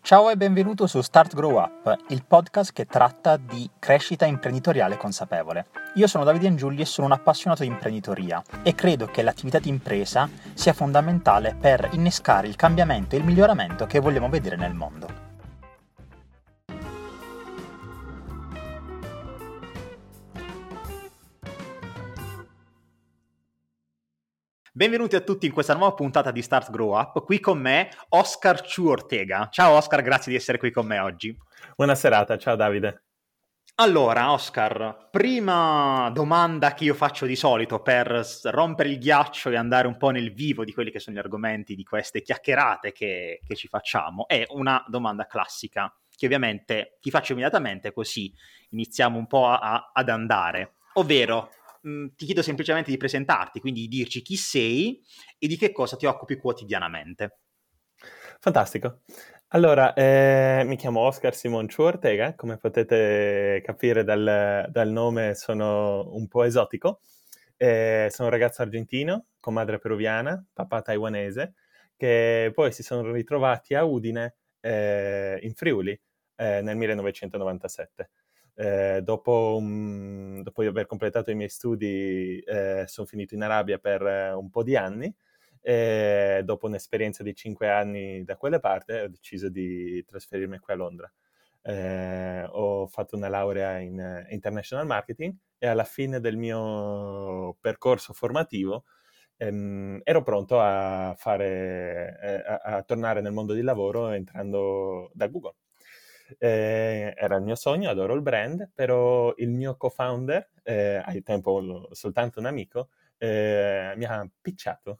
Ciao e benvenuto su Start Grow Up, il podcast che tratta di crescita imprenditoriale consapevole. Io sono Davide Angiulli e sono un appassionato di imprenditoria e credo che l'attività di impresa sia fondamentale per innescare il cambiamento e il miglioramento che vogliamo vedere nel mondo. Benvenuti a tutti in questa nuova puntata di Start Grow Up. Qui con me Oscar Ciu Ortega. Ciao Oscar, grazie di essere qui con me oggi. Buona serata, ciao Davide. Allora, Oscar, prima domanda che io faccio di solito per rompere il ghiaccio e andare un po' nel vivo di quelli che sono gli argomenti di queste chiacchierate che ci facciamo, è una domanda classica che ovviamente ti faccio immediatamente, così iniziamo un po' ad andare, ovvero ti chiedo semplicemente di presentarti, quindi di dirci chi sei e di che cosa ti occupi quotidianamente. Fantastico. Allora, mi chiamo Oscar Simon Ciu Ortega, come potete capire dal nome sono un po' esotico. Sono un ragazzo argentino con madre peruviana, papà taiwanese, che poi si sono ritrovati a Udine, in Friuli, nel 1997. Dopo aver completato i miei studi, sono finito in Arabia per un po' di anni. E dopo un'esperienza di 5 anni da quelle parti ho deciso di trasferirmi qui a Londra. Ho fatto una laurea in International Marketing e alla fine del mio percorso formativo ero pronto a tornare nel mondo del lavoro entrando da Google. Era il mio sogno, adoro il brand, però il mio co-founder, al tempo soltanto un amico, mi ha pitchato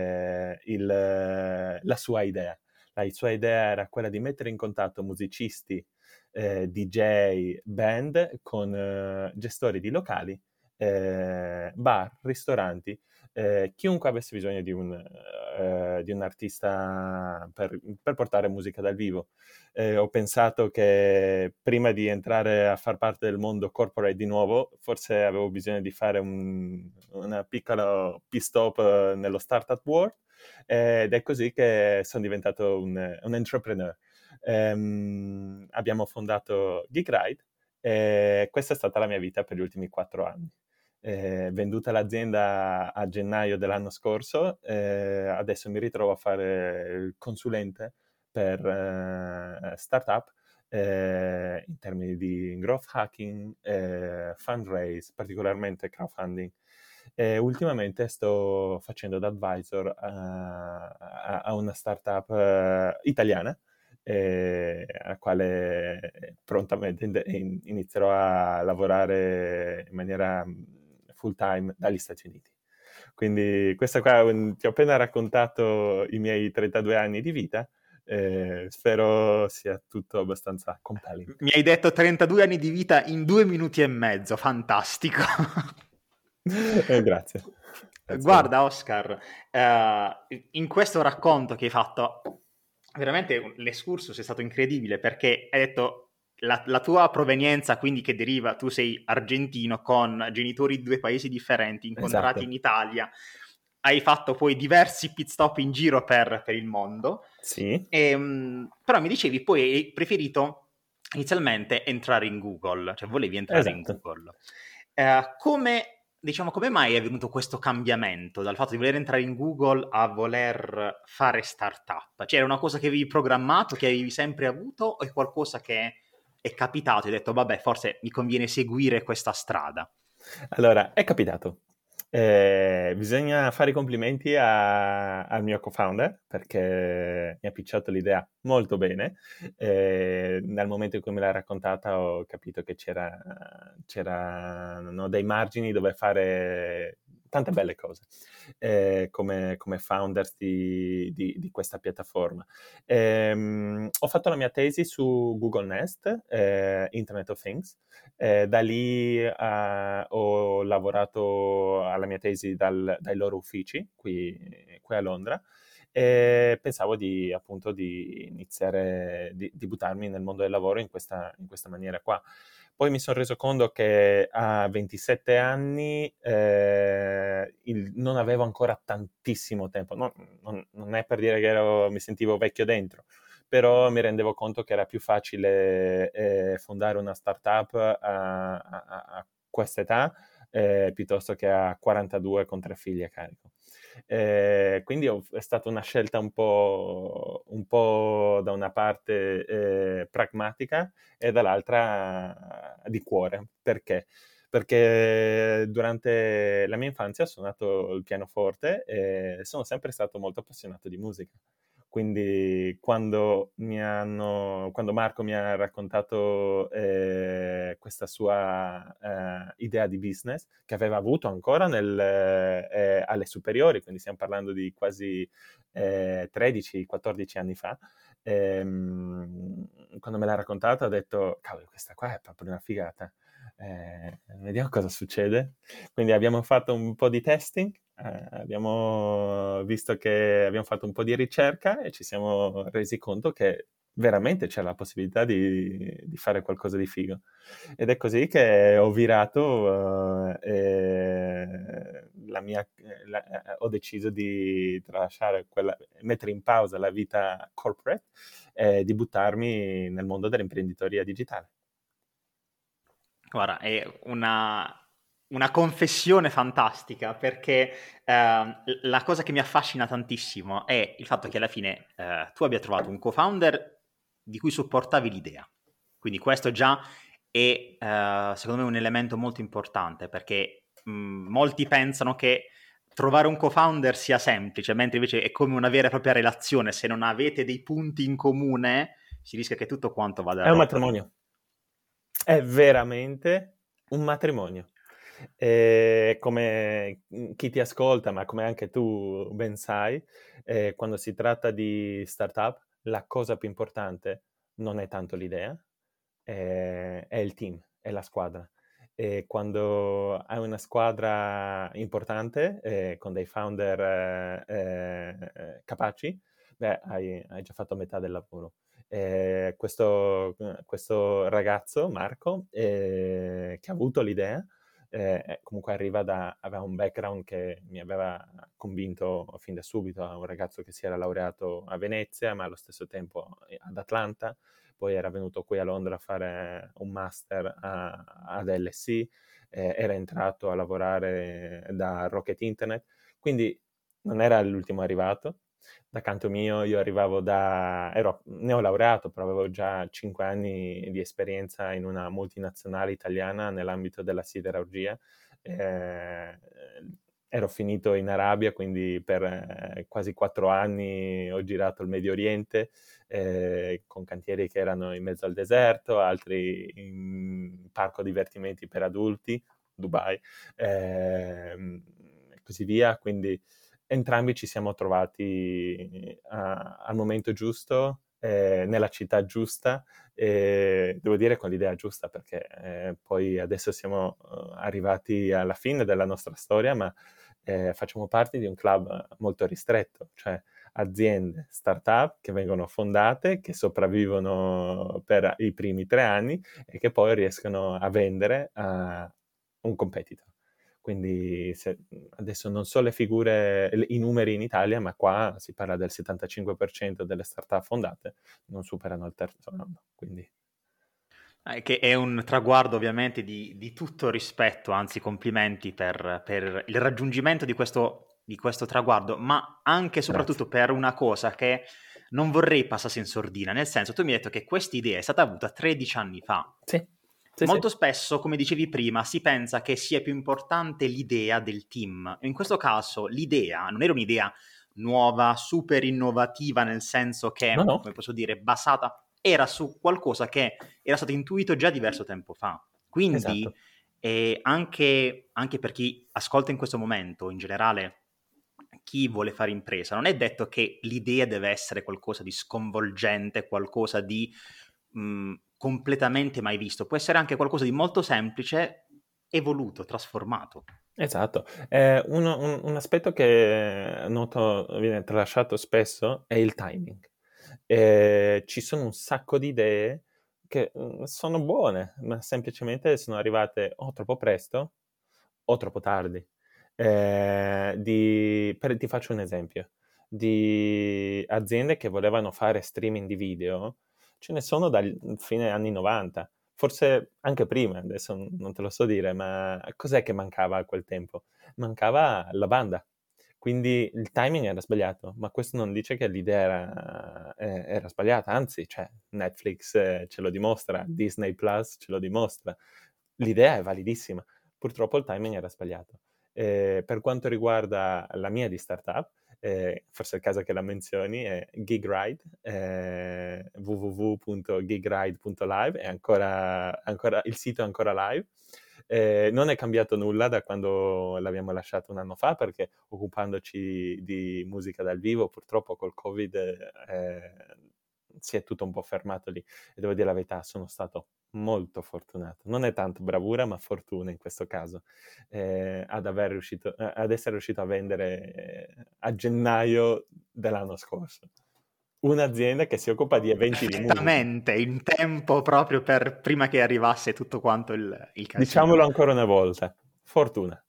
la sua idea. La sua idea era quella di mettere in contatto musicisti, DJ, band con gestori di locali, bar, ristoranti, chiunque avesse bisogno di un artista per portare musica dal vivo. Ho pensato che prima di entrare a far parte del mondo corporate di nuovo, forse avevo bisogno di fare una piccola pit stop nello startup world, ed è così che sono diventato un entrepreneur. Abbiamo fondato GeekRide e questa è stata la mia vita per gli ultimi 4 anni. Venduta l'azienda a gennaio dell'anno scorso, adesso mi ritrovo a fare il consulente per startup in termini di growth hacking, fundraise, particolarmente crowdfunding. Ultimamente sto facendo da advisor a una startup italiana, a quale prontamente inizierò a lavorare in maniera full time dagli Stati Uniti. Quindi questa qua, ti ho appena raccontato i miei 32 anni di vita, spero sia tutto abbastanza compelling. Mi hai detto 32 anni di vita in 2 minuti e mezzo, fantastico. Grazie. Guarda Oscar, in questo racconto che hai fatto, veramente l'escursus è stato incredibile perché hai detto la tua provenienza, quindi che deriva, tu sei argentino con genitori di 2 paesi differenti, incontrati Esatto. in Italia, hai fatto poi diversi pit stop in giro per il mondo, Sì. però mi dicevi poi hai preferito inizialmente entrare in Google, cioè volevi entrare in Esatto. Google. Come mai è venuto questo cambiamento dal fatto di voler entrare in Google a voler fare startup? Cioè era una cosa che avevi programmato, che avevi sempre avuto, o è qualcosa che è capitato e hai detto vabbè forse mi conviene seguire questa strada? Allora, è capitato. Bisogna fare i complimenti al mio co-founder perché mi ha pitchato l'idea molto bene. Dal momento in cui me l'ha raccontata ho capito che c'erano dei margini dove fare tante belle cose come founders di questa piattaforma. Ho fatto la mia tesi su Google Nest, Internet of Things. Da lì ho lavorato alla mia tesi dai loro uffici qui a Londra e pensavo appunto di iniziare, di buttarmi nel mondo del lavoro in questa maniera qua. Poi mi sono reso conto che a 27 anni non avevo ancora tantissimo tempo. Non è per dire che mi sentivo vecchio dentro, però mi rendevo conto che era più facile fondare una startup a questa età piuttosto che a 42 con 3 figli a carico. Quindi è stata una scelta un po' da una parte pragmatica e dall'altra di cuore. Perché? Perché durante la mia infanzia ho suonato il pianoforte e sono sempre stato molto appassionato di musica. Quindi quando Marco mi ha raccontato questa sua idea di business, che aveva avuto ancora alle superiori, quindi stiamo parlando di quasi 13-14 anni fa, quando me l'ha raccontata ho detto, cavolo, questa qua è proprio una figata. Vediamo cosa succede. Quindi abbiamo fatto un po' di testing, abbiamo visto che abbiamo fatto un po' di ricerca e ci siamo resi conto che veramente c'è la possibilità di fare qualcosa di figo. Ed è così che ho virato ho deciso di tralasciare mettere in pausa la vita corporate e di buttarmi nel mondo dell'imprenditoria digitale. Guarda, è una confessione fantastica, perché la cosa che mi affascina tantissimo è il fatto che alla fine tu abbia trovato un co-founder di cui supportavi l'idea. Quindi questo già è secondo me un elemento molto importante, perché molti pensano che trovare un co-founder sia semplice, mentre invece è come una vera e propria relazione. Se non avete dei punti in comune, si rischia che tutto quanto vada a È un rotoli. matrimonio. È veramente un matrimonio. Come chi ti ascolta, ma come anche tu ben sai, quando si tratta di startup, la cosa più importante non è tanto l'idea, è il team, è la squadra. E quando hai una squadra importante, con dei founder capaci, beh, hai già fatto metà del lavoro. Questo ragazzo, Marco, che ha avuto l'idea, comunque aveva un background che mi aveva convinto fin da subito. Un ragazzo che si era laureato a Venezia, ma allo stesso tempo ad Atlanta, poi era venuto qui a Londra a fare un master ad LSE, era entrato a lavorare da Rocket Internet, quindi non era l'ultimo arrivato. Da canto mio io arrivavo ero neolaureato, però avevo già 5 anni di esperienza in una multinazionale italiana nell'ambito della siderurgia. Ero finito in Arabia, quindi per quasi 4 anni ho girato il Medio Oriente, con cantieri che erano in mezzo al deserto, altri in parco divertimenti per adulti, Dubai, e così via. Quindi entrambi ci siamo trovati al momento giusto, nella città giusta, e devo dire con l'idea giusta, perché poi adesso siamo arrivati alla fine della nostra storia, ma facciamo parte di un club molto ristretto, cioè aziende, start-up che vengono fondate, che sopravvivono per i primi 3 anni e che poi riescono a vendere a un competitor. Quindi adesso non so i numeri in Italia, ma qua si parla del 75% delle start-up fondate non superano il terzo anno. Quindi Che è un traguardo ovviamente di tutto rispetto, anzi complimenti per il raggiungimento di questo traguardo, ma anche e grazie. soprattutto per una cosa che non vorrei passasse in sordina, nel senso, tu mi hai detto che questa idea è stata avuta 13 anni fa. Sì, sì, sì. Molto spesso, come dicevi prima, si pensa che sia più importante l'idea del team. In questo caso l'idea non era un'idea nuova, super innovativa, nel senso No, che, no, come posso dire, basata, era su qualcosa che era stato intuito già diverso tempo fa. Quindi esatto. anche per chi ascolta in questo momento, in generale, chi vuole fare impresa, non è detto che l'idea deve essere qualcosa di sconvolgente, qualcosa di completamente mai visto. Può essere anche qualcosa di molto semplice, evoluto, trasformato. Esatto. Un aspetto che noto viene tralasciato spesso è il timing. Ci sono un sacco di idee che sono buone, ma semplicemente sono arrivate o troppo presto o troppo tardi. Ti faccio un esempio. di aziende che volevano fare streaming di video, ce ne sono dal fine anni 90, forse anche prima, adesso non te lo so dire, ma cos'è che mancava a quel tempo? Mancava la banda. Quindi il timing era sbagliato, ma questo non dice che l'idea era sbagliata, anzi, cioè, Netflix ce lo dimostra, Disney Plus ce lo dimostra, l'idea è validissima, purtroppo il timing era sbagliato. Per quanto riguarda la mia di startup, forse è il caso che la menzioni, è GigRide, www.gigride.live, il sito è ancora live. Non è cambiato nulla da quando l'abbiamo lasciato un anno fa, perché occupandoci di musica dal vivo, purtroppo col Covid si è tutto un po' fermato lì. E devo dire la verità, sono stato molto fortunato. Non è tanto bravura, ma fortuna in questo caso, ad essere riuscito a vendere a gennaio dell'anno scorso. Un'azienda che si occupa di eventi di musica. Perfettamente, in tempo proprio per prima che arrivasse tutto quanto il casino. Diciamolo ancora una volta, fortuna.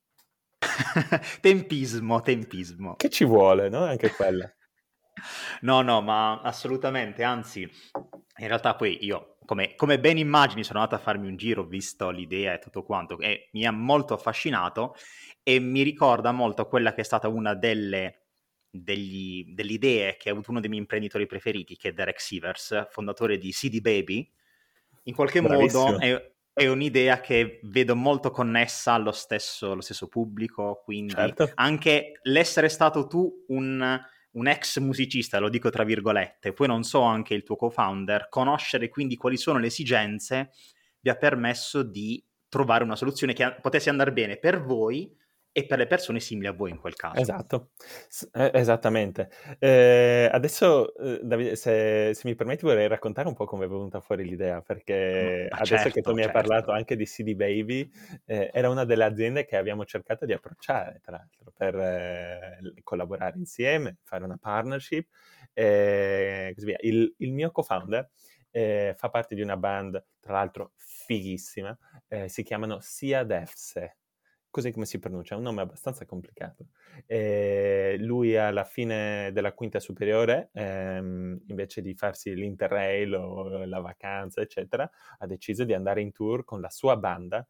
Tempismo. Che ci vuole, no? Anche quella. No, ma assolutamente, anzi, in realtà poi io, come ben immagini, sono andato a farmi un giro, ho visto l'idea e tutto quanto, e mi ha molto affascinato e mi ricorda molto quella che è stata una delle idee che ha avuto uno dei miei imprenditori preferiti, che è Derek Sivers, fondatore di CD Baby. In qualche modo Bravissimo. è un'idea che vedo molto connessa allo stesso pubblico, quindi Certo. anche l'essere stato tu un ex musicista, lo dico tra virgolette, poi non so anche il tuo co-founder, conoscere quindi quali sono le esigenze vi ha permesso di trovare una soluzione che potesse andare bene per voi e per le persone simili a voi in quel caso. Esatto, esattamente. Adesso, Davide, se mi permetti, vorrei raccontare un po' come è venuta fuori l'idea, perché Ma adesso che tu certo, mi hai certo. parlato anche di CD Baby, era una delle aziende che abbiamo cercato di approcciare, tra l'altro, per collaborare insieme, fare una partnership, e così via. Il mio co-founder fa parte di una band, tra l'altro, fighissima, si chiamano Sia Defse. Così come si pronuncia, è un nome abbastanza complicato. Lui alla fine della quinta superiore, invece di farsi l'Interrail o la vacanza, eccetera, ha deciso di andare in tour con la sua banda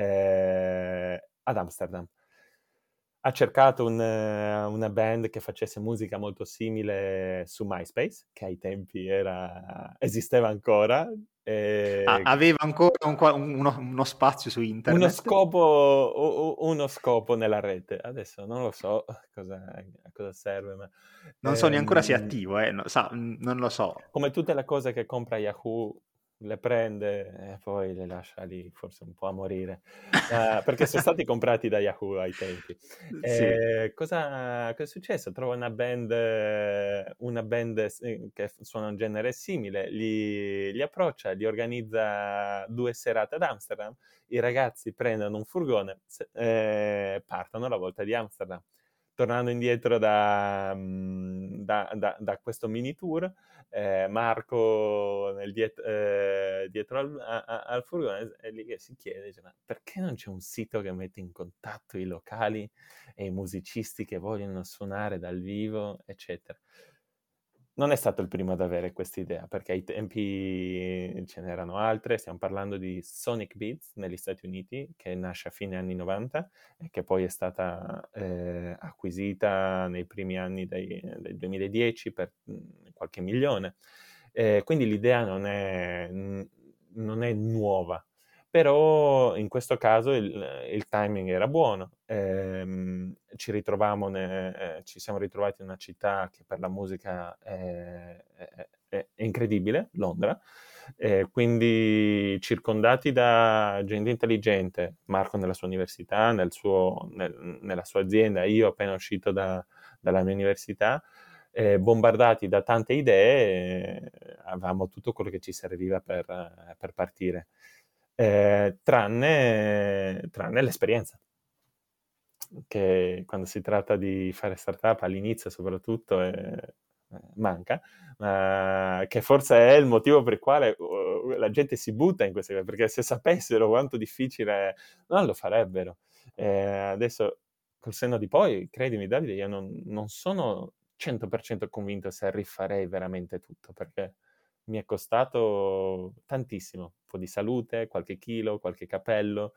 ad Amsterdam. Ha cercato una band che facesse musica molto simile su MySpace, che ai tempi esisteva ancora. Aveva ancora uno spazio su internet. Uno scopo nella rete. Adesso non lo so a cosa serve, ma Non so neanche se è ehm, attivo, non lo so. come tutte le cose che compra Yahoo, le prende e poi le lascia lì forse un po' a morire, perché sono stati comprati da Yahoo ai tempi. Sì. Cosa è successo? Trova una band che suona un genere simile, li approccia, li organizza 2 serate ad Amsterdam, i ragazzi prendono un furgone, partono alla volta di Amsterdam. Tornando indietro da questo mini tour, Marco dietro al furgone è lì che si chiede, dice, ma perché non c'è un sito che mette in contatto i locali e i musicisti che vogliono suonare dal vivo, eccetera. Non è stato il primo ad avere questa idea, perché ai tempi ce n'erano altre. Stiamo parlando di Sonic Beats negli Stati Uniti, che nasce a fine anni 90 e che poi è stata acquisita nei primi anni del 2010 per qualche milione. Quindi l'idea non è nuova, però in questo caso il timing era buono. Ci siamo ritrovati in una città che per la musica è incredibile, Londra, quindi circondati da gente intelligente, Marco nella sua università, nella sua azienda, io appena uscito dalla mia università, bombardati da tante idee, avevamo tutto quello che ci serviva per partire, tranne l'esperienza, che quando si tratta di fare startup all'inizio soprattutto manca, che forse è il motivo per il quale la gente si butta in queste cose, perché se sapessero quanto difficile è, non lo farebbero. Adesso, col senno di poi, credimi Davide, io non sono 100% convinto se rifarei veramente tutto, perché mi è costato tantissimo, un po' di salute, qualche chilo, qualche capello,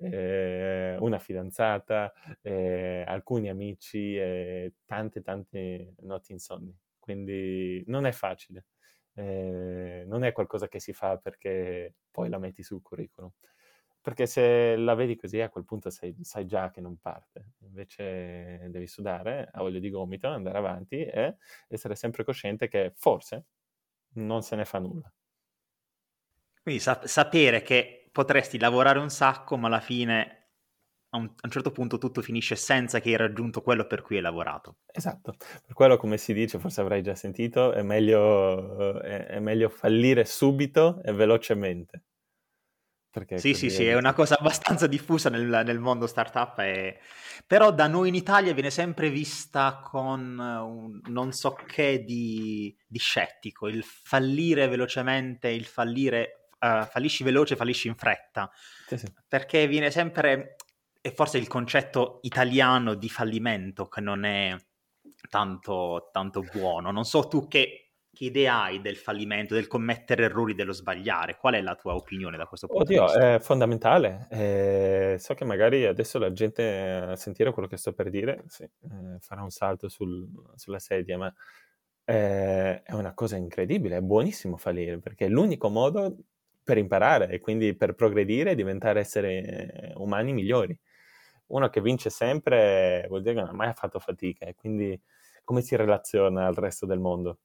una fidanzata, alcuni amici e tante tante notti insonni. Quindi non è facile, non è qualcosa che si fa perché poi la metti sul curriculum. Perché se la vedi così, a quel punto sai già che non parte. Invece devi sudare, a olio di gomito, andare avanti e essere sempre cosciente che forse non se ne fa nulla. Quindi sapere che potresti lavorare un sacco, ma alla fine a un certo punto tutto finisce senza che hai raggiunto quello per cui hai lavorato. Esatto, per quello come si dice, forse avrai già sentito, è meglio fallire subito e velocemente, perché Sì, sì, così sì, è una eviti. cosa abbastanza diffusa nel mondo startup, però da noi in Italia viene sempre vista con un non so che di scettico, il fallire velocemente, il fallire, fallisci veloce, fallisci in fretta, Sì, sì. perché viene sempre, e forse il concetto italiano di fallimento che non è tanto, tanto buono. Non so tu che idea hai del fallimento, del commettere errori, dello sbagliare. Qual è la tua opinione da questo punto di Oddio, vista? è fondamentale. So che magari adesso la gente a sentire quello che sto per dire, sì, farà un salto sulla sedia, ma è una cosa incredibile, è buonissimo fallire, perché è l'unico modo per imparare e quindi per progredire e diventare esseri umani migliori. Uno che vince sempre vuol dire che non ha mai fatto fatica e quindi come si relaziona al resto del mondo?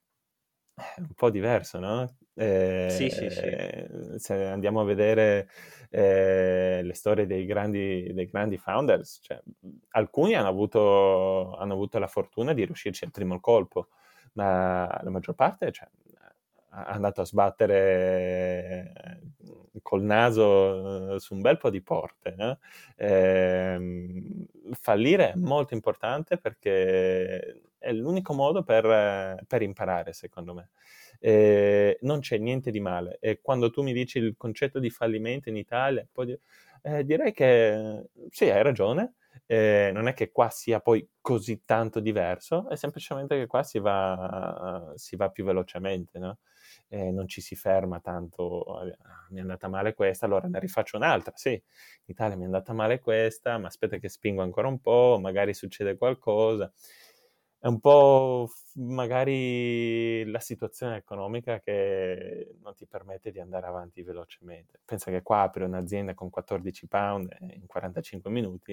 È un po' diverso, no? Sì, sì, sì. Se andiamo a vedere le storie dei grandi founders, cioè, alcuni hanno avuto la fortuna di riuscirci al primo colpo, ma la maggior parte, cioè, è andato a sbattere col naso su un bel po' di porte, no? Fallire è molto importante perché è l'unico modo per imparare, secondo me. Non c'è niente di male. E quando tu mi dici il concetto di fallimento in Italia, direi che sì, hai ragione. Non è che qua sia poi così tanto diverso, è semplicemente che qua si va più velocemente, no? Non ci si ferma tanto, mi è andata male questa, allora ne rifaccio un'altra. Sì, in Italia mi è andata male questa, ma aspetta che spingo ancora un po', magari succede qualcosa. È un po' magari la situazione economica che non ti permette di andare avanti velocemente. Pensa che qua apri un'azienda con 14 pound in 45 minuti,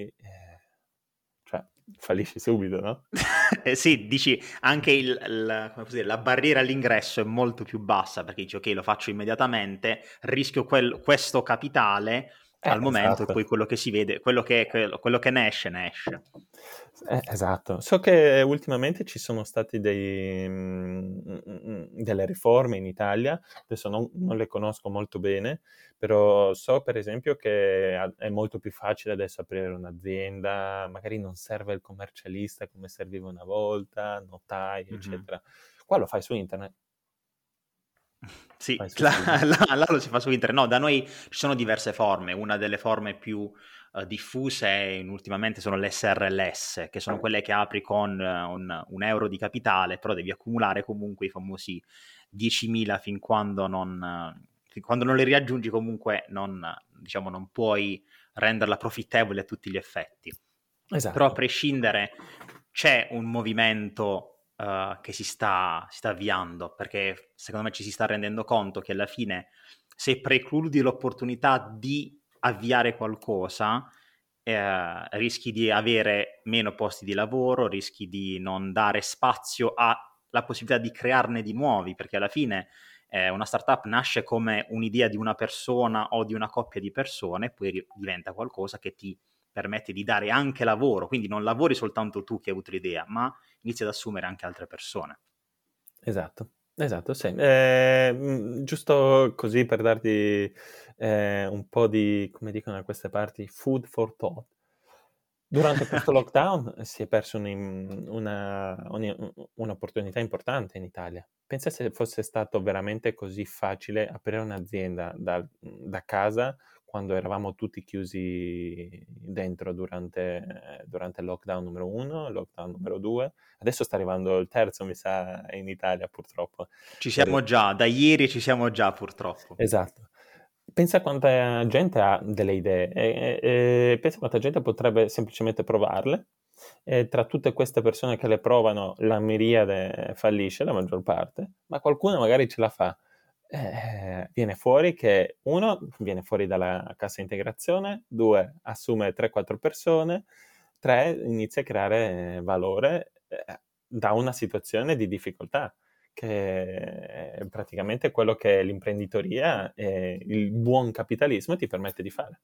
cioè fallisci subito, no? Sì, dici anche come posso dire, la barriera all'ingresso è molto più bassa perché dici ok, lo faccio immediatamente, rischio questo capitale al momento e Esatto. poi quello che si vede, quello che ne esce, ne esce. Esatto. So che ultimamente ci sono stati delle riforme in Italia, adesso non le conosco molto bene, però so per esempio che è molto più facile adesso aprire un'azienda, magari non serve il commercialista come serviva una volta, notai, Mhm. eccetera. Qua lo fai su internet, Sì, fai sul sito. là lo si fa su internet. No, da noi ci sono diverse forme. Una delle forme più diffuse ultimamente sono le SRLS, che sono quelle che apri con un euro di capitale, però devi accumulare comunque i famosi 10.000 fin quando non li raggiungi comunque diciamo, non puoi renderla profittevole a tutti gli effetti. Però a Esatto, prescindere c'è un movimento che si sta avviando, perché secondo me ci si sta rendendo conto che alla fine se precludi l'opportunità di avviare qualcosa, rischi di avere meno posti di lavoro, rischi di non dare spazio alla possibilità di crearne di nuovi, perché alla fine una startup nasce come un'idea di una persona o di una coppia di persone, poi diventa qualcosa che ti permette di dare anche lavoro, quindi non lavori soltanto tu che hai avuto l'idea, ma inizi ad assumere anche altre persone. esatto, esatto, sì. Giusto così per darti un po' di, come dicono da queste parti, food for thought. Durante questo Ok. lockdown si è perso un'opportunità importante in Italia. Pensa se fosse stato veramente così facile aprire un'azienda da casa quando eravamo tutti chiusi dentro durante il lockdown numero 1, il lockdown numero 2. Adesso sta arrivando il terzo, mi sa, in Italia purtroppo. Ci siamo già, da ieri ci siamo già purtroppo. Esatto. Pensa quanta gente ha delle idee e pensa quanta gente potrebbe semplicemente provarle, e tra tutte queste persone che le provano la miriade fallisce, la maggior parte, ma qualcuno magari ce la fa. Viene fuori che uno viene fuori dalla cassa integrazione, due assume 3-4 persone, tre inizia a creare valore da una situazione di difficoltà, che è praticamente quello che l'imprenditoria e il buon capitalismo ti permette di fare.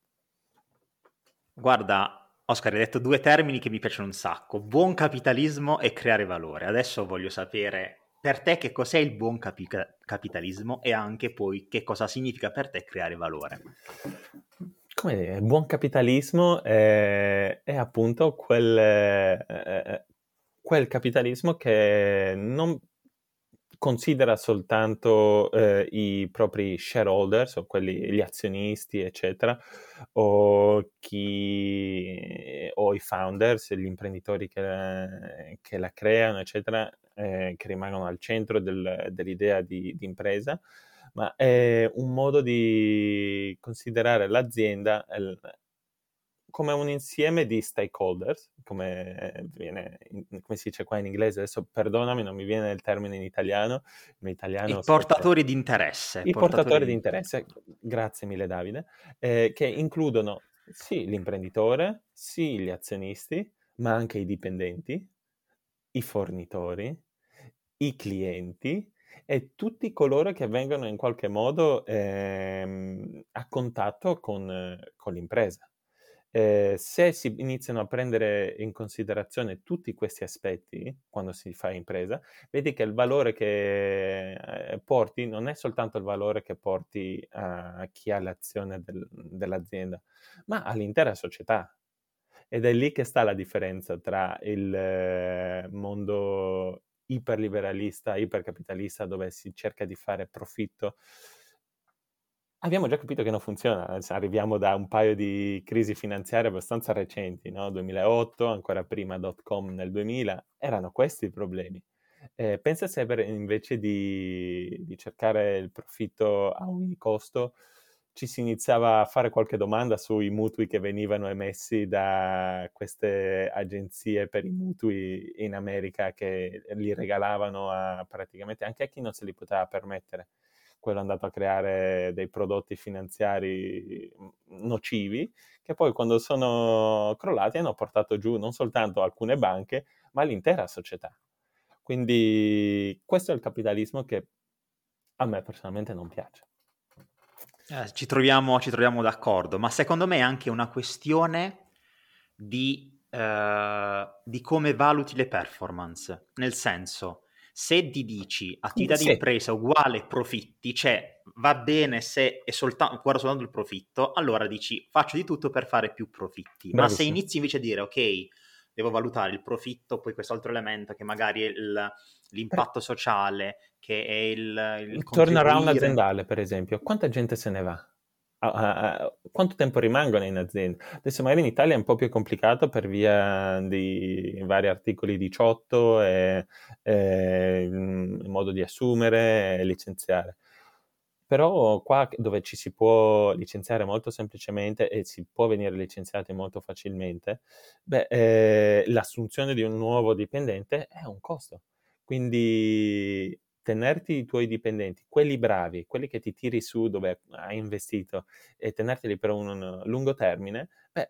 Guarda, Oscar, hai detto due termini che mi piacciono un sacco: buon capitalismo e creare valore. Adesso voglio sapere per te che cos'è il buon capitalismo e anche poi che cosa significa per te creare valore. Come dire, il buon capitalismo è appunto quel capitalismo che non considera soltanto i propri shareholders o gli azionisti, eccetera, o i founders, gli imprenditori che la creano, eccetera, che rimangono al centro dell'idea di impresa, ma è un modo di considerare l'azienda come un insieme di stakeholders, come si dice qua in inglese, adesso perdonami, non mi viene il termine in italiano, in italiano I portatori di interesse. i portatori di interesse, grazie mille Davide, che includono sì l'imprenditore, sì gli azionisti, ma anche i dipendenti, i fornitori, i clienti e tutti coloro che vengono in qualche modo a contatto con l'impresa. Se si iniziano a prendere in considerazione tutti questi aspetti quando si fa impresa, vedi che il valore che porti non è soltanto il valore che porti a chi ha l'azione dell'azienda, ma all'intera società. Ed è lì che sta la differenza tra il mondo iperliberalista, ipercapitalista, dove si cerca di fare profitto. Abbiamo già capito che non funziona, arriviamo da un paio di crisi finanziarie abbastanza recenti, no? 2008, ancora prima .com nel 2000, erano questi i problemi. Pensa se invece di cercare il profitto a ogni costo, ci si iniziava a fare qualche domanda sui mutui che venivano emessi da queste agenzie per i mutui in America, che li regalavano praticamente anche a chi non se li poteva permettere. Quello è andato a creare dei prodotti finanziari nocivi, che poi quando sono crollati hanno portato giù non soltanto alcune banche, ma l'intera società. Quindi questo è il capitalismo che a me personalmente non piace. Ci troviamo d'accordo, ma secondo me è anche una questione di come valuti le performance. Nel senso, se ti dici attività di Sì, impresa uguale profitti, cioè va bene se guarda soltanto il profitto, allora dici faccio di tutto per fare più profitti. Ma se bravissimo. inizi invece a dire ok, devo valutare il profitto, poi quest'altro elemento che magari è l'impatto sociale, che è il Il turnaround contribuire. aziendale, per esempio, quanta gente se ne va? Quanto tempo rimangono in azienda? Adesso magari in Italia è un po' più complicato per via di vari articoli 18 e il modo di assumere e licenziare. Però qua dove ci si può licenziare molto semplicemente e si può venire licenziati molto facilmente, l'assunzione di un nuovo dipendente è un costo. Quindi tenerti i tuoi dipendenti, quelli bravi, quelli che ti tiri su dove hai investito, e tenerteli per un lungo termine,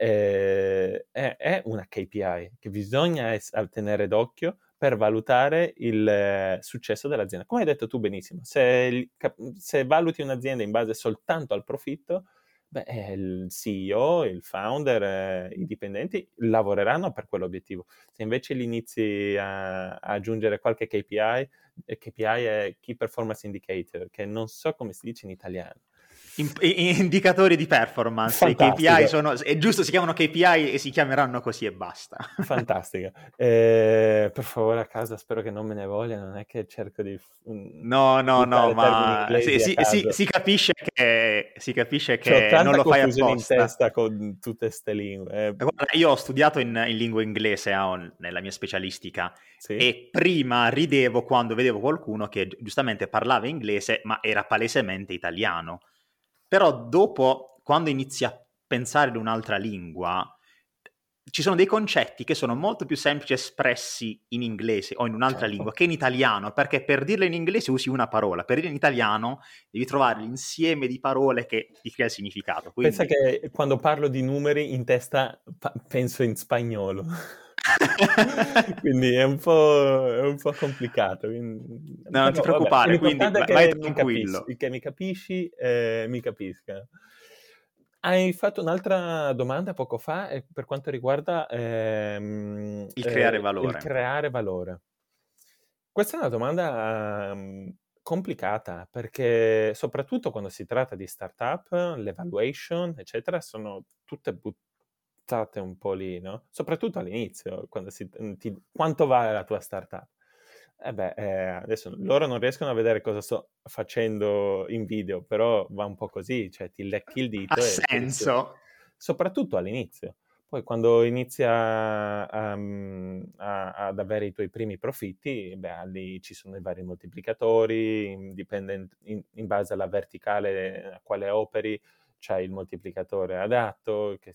è una KPI che bisogna tenere d'occhio per valutare il successo dell'azienda. Come hai detto tu benissimo, se valuti un'azienda in base soltanto al profitto, il CEO, il founder, i dipendenti lavoreranno per quell'obiettivo. Se invece li inizi a aggiungere qualche KPI è Key Performance Indicator, che non so come si dice in italiano. Indicatori di performance, i KPI Fantastico. è giusto, si chiamano KPI e si chiameranno così e basta. Fantastica. Per favore a casa, spero che non me ne voglia, non è che cerco di No, buttare termini ma inglesi a caso. si capisce C'ho che non tanta lo fai confusione in apposta. testa con tutte ste lingue. Guarda, io ho studiato in lingua inglese nella mia specialistica Sì? e prima ridevo quando vedevo qualcuno che giustamente parlava inglese ma era palesemente italiano. Però dopo, quando inizi a pensare ad un'altra lingua, ci sono dei concetti che sono molto più semplici espressi in inglese o in un'altra Certo. lingua che in italiano, perché per dirlo in inglese usi una parola, per dirlo in italiano devi trovare l'insieme di parole che ti crea il significato. Pensa Quindi... che quando parlo di numeri in testa penso in spagnolo. Quindi è un po' complicato. No, non ti Però vabbè, preoccupare, quindi l'importante è vai che tranquillo. mi capisci, mi capisca. Hai fatto un'altra domanda poco fa per quanto riguarda Il creare il valore. creare valore. Questa è una domanda complicata perché soprattutto quando si tratta di startup, l'evaluation, eccetera, sono tutte buttate un po' lì, no? Soprattutto all'inizio, quando quanto vale la tua startup? Adesso loro non riescono a vedere cosa sto facendo in video, però va un po' così, cioè ti lecchi il Ha dito e tiri su. senso. Soprattutto all'inizio. Poi quando inizia ad avere i tuoi primi profitti, lì ci sono i vari moltiplicatori, dipende in base alla verticale a quale operi, c'hai il moltiplicatore adatto, che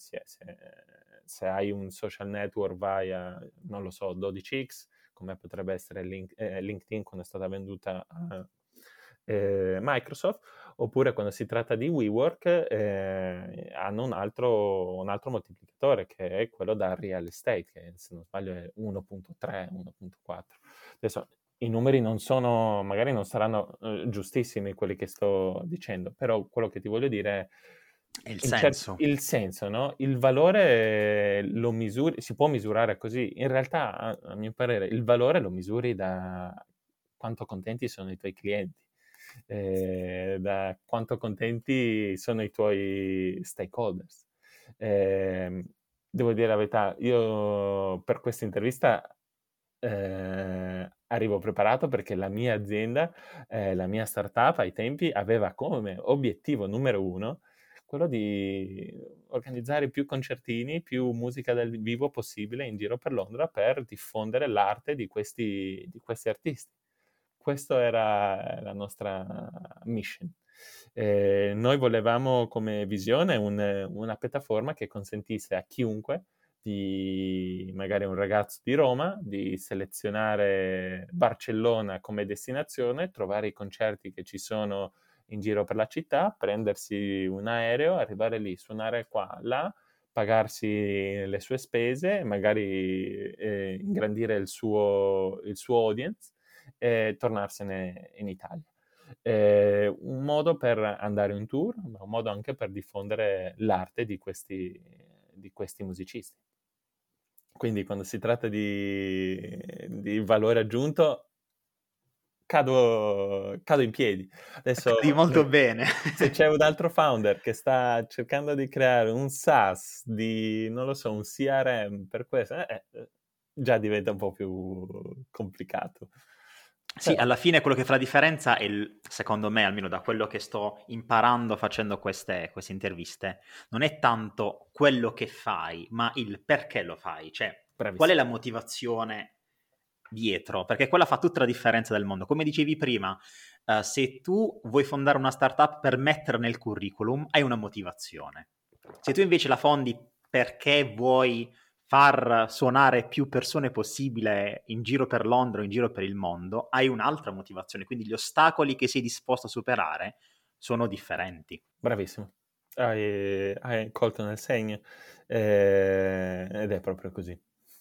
se hai un social network vai a, non lo so, 12x, come potrebbe essere LinkedIn quando è stata venduta a Microsoft, oppure quando si tratta di WeWork hanno un altro moltiplicatore che è quello da real estate, che se non sbaglio è 1.3, 1.4. Adesso i numeri non sono, magari non saranno giustissimi quelli che sto dicendo, però quello che ti voglio dire È il è senso. il senso, no? Il valore si può misurare così. In realtà, a mio parere, il valore lo misuri da quanto contenti sono i tuoi clienti, da quanto contenti sono i tuoi stakeholders. Devo dire la verità, io per questa intervista arrivo preparato perché la mia azienda, la mia startup ai tempi aveva come obiettivo numero 1 quello di organizzare più concertini, più musica dal vivo possibile in giro per Londra per diffondere l'arte di questi artisti. Questa era la nostra mission. Noi volevamo come visione una piattaforma che consentisse a chiunque magari un ragazzo di Roma, di selezionare Barcellona come destinazione, trovare i concerti che ci sono in giro per la città, prendersi un aereo, arrivare lì, suonare qua, là, pagarsi le sue spese, magari ingrandire il suo audience e tornarsene in Italia. Un modo per andare in tour, ma un modo anche per diffondere l'arte di questi musicisti. Quindi quando si tratta di valore aggiunto, cado in piedi. Adesso, Di molto bene. se c'è un altro founder che sta cercando di creare un SaaS, non lo so, un CRM per questo, già diventa un po' più complicato. Sì, Però, alla fine quello che fa la differenza è, secondo me, almeno da quello che sto imparando facendo queste interviste, non è tanto quello che fai, ma il perché lo fai. Cioè, qual è bravissimo. la motivazione dietro? Perché quella fa tutta la differenza del mondo. Come dicevi prima, se tu vuoi fondare una startup per mettere nel curriculum, hai una motivazione. Se tu invece la fondi perché vuoi far suonare più persone possibile in giro per Londra o in giro per il mondo, hai un'altra motivazione, quindi gli ostacoli che sei disposto a superare sono differenti. Bravissimo, hai colto nel segno, ed è proprio così.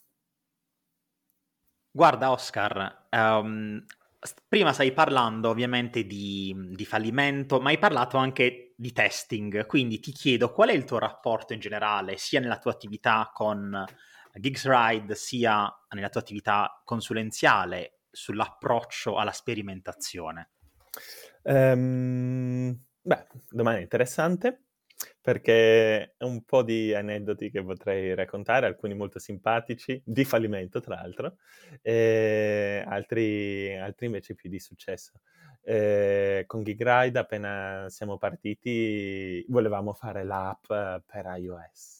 Guarda Oscar, prima stai parlando ovviamente di fallimento, ma hai parlato anche di testing, quindi ti chiedo qual è il tuo rapporto in generale, sia nella tua attività con Gigsride, sia nella tua attività consulenziale, sull'approccio alla sperimentazione. domanda interessante, perché un po' di aneddoti che potrei raccontare, alcuni molto simpatici, di fallimento tra l'altro, e altri invece più di successo. Con GigRide, appena siamo partiti, volevamo fare l'app per iOS.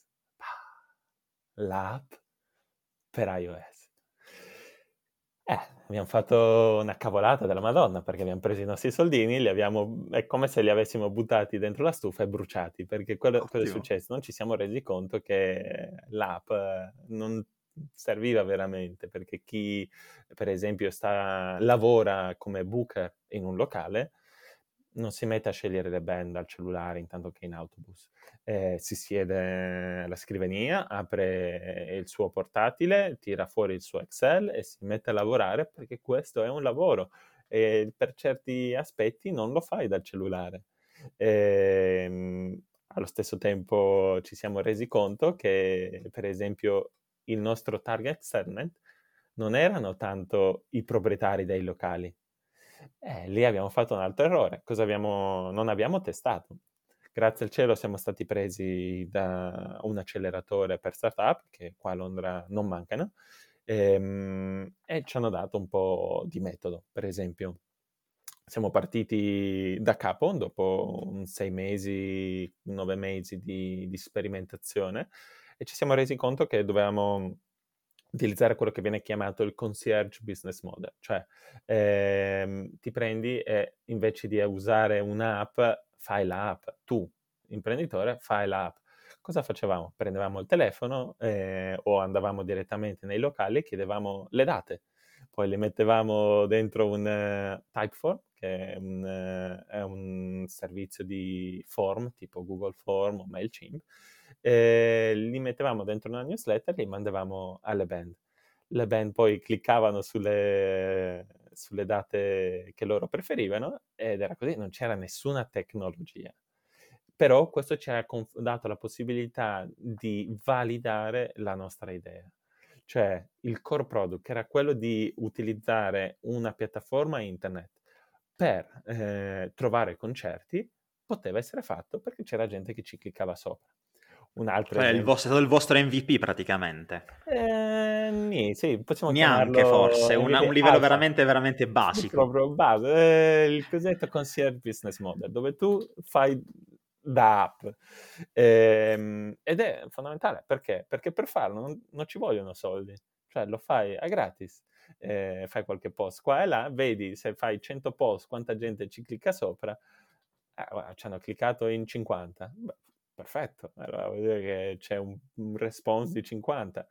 L'app per iOS. Abbiamo fatto una cavolata della Madonna, perché abbiamo preso i nostri soldini, è come se li avessimo buttati dentro la stufa e bruciati, perché cosa è Ottimo. successo? Non ci siamo resi conto che l'app non serviva veramente, perché chi, per esempio, lavora come booker in un locale, non si mette a scegliere le band dal cellulare intanto che è in autobus. Si siede alla scrivania, apre il suo portatile, tira fuori il suo Excel e si mette a lavorare, perché questo è un lavoro e per certi aspetti non lo fai dal cellulare. Allo stesso tempo ci siamo resi conto che, per esempio, il nostro target segment non erano tanto i proprietari dei locali. Lì abbiamo fatto un altro errore. Non abbiamo testato. Grazie al cielo siamo stati presi da un acceleratore per startup, che qua a Londra non mancano, e ci hanno dato un po' di metodo. Per esempio, siamo partiti da capo dopo 6 mesi, 9 mesi di sperimentazione, e ci siamo resi conto che dovevamo utilizzare quello che viene chiamato il concierge business model, cioè ti prendi e invece di usare un'app, fai l'app. Tu, imprenditore, fai l'app. Cosa facevamo? Prendevamo il telefono o andavamo direttamente nei locali e chiedevamo le date. Poi le mettevamo dentro un Typeform, che è un servizio di form, tipo Google Form o MailChimp, li mettevamo dentro una newsletter e li mandavamo alle band. Le band poi cliccavano sulle date che loro preferivano ed era così, non c'era nessuna tecnologia. Però questo ci ha dato la possibilità di validare la nostra idea. Cioè il core product, che era quello di utilizzare una piattaforma internet per trovare concerti, poteva essere fatto perché c'era gente che ci cliccava sopra. Un altro Cioè, esempio. è stato il vostro MVP praticamente. Sì, possiamo Neanche chiamarlo forse, un MVP livello alfa. veramente, veramente Sì, basico. proprio base, il cosiddetto concierge business model, dove tu fai da app. Ed è fondamentale, perché? Perché per farlo non ci vogliono soldi, cioè lo fai a gratis. Fai qualche post qua e là, vedi se fai 100 post quanta gente ci clicca sopra. Guarda, ci hanno cliccato in 50. Beh, perfetto, allora vuol dire che c'è un response di 50.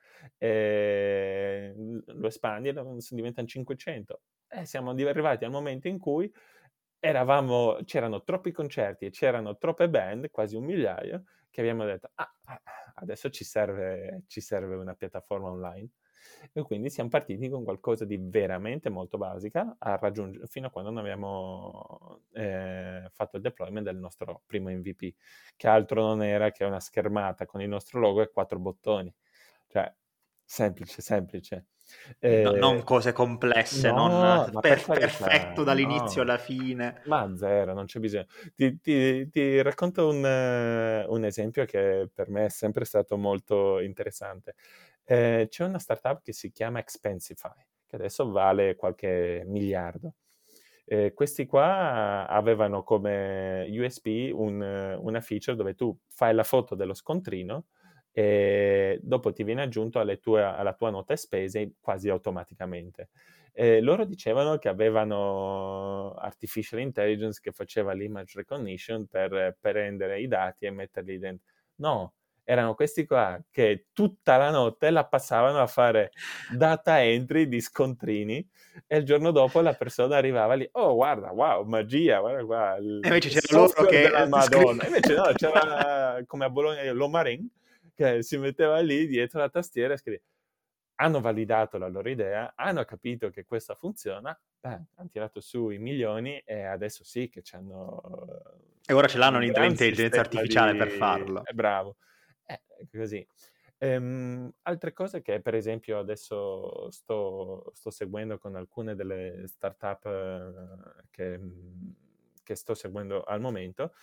Lo espandi e diventano 500. Siamo arrivati al momento in cui c'erano troppi concerti e c'erano troppe band, quasi 1 migliaio, che abbiamo detto, adesso ci serve una piattaforma online. E quindi siamo partiti con qualcosa di veramente molto basica fino a quando non abbiamo fatto il deployment del nostro primo MVP, che altro non era che una schermata con il nostro logo e 4 bottoni. Cioè, semplice, semplice. Non cose complesse, non No, ma per carità, perfetto dall'inizio no, alla fine. ma zero, non c'è bisogno. Ti racconto un esempio che per me è sempre stato molto interessante. C'è una startup che si chiama Expensify, che adesso vale qualche miliardo. Questi qua avevano come USP una feature dove tu fai la foto dello scontrino e dopo ti viene aggiunto alla tua nota spese quasi automaticamente. Loro dicevano che avevano artificial intelligence che faceva l'image recognition per prendere i dati e metterli dentro. No, erano questi qua che tutta la notte la passavano a fare data entry di scontrini e il giorno dopo la persona arrivava lì, oh guarda, wow, magia, guarda qua, E il invece c'era loro software che della Madonna. scrivevano. Invece no, c'era come a Bologna l'Omarin che si metteva lì dietro la tastiera e scriveva. Hanno validato la loro idea, hanno capito che questa funziona, hanno tirato su i milioni e adesso sì che hanno E ora ce l'hanno un gran l'intelligenza sistema artificiale per di. farlo. È bravo. È così. Altre cose che per esempio adesso sto seguendo con alcune delle startup che sto seguendo al momento,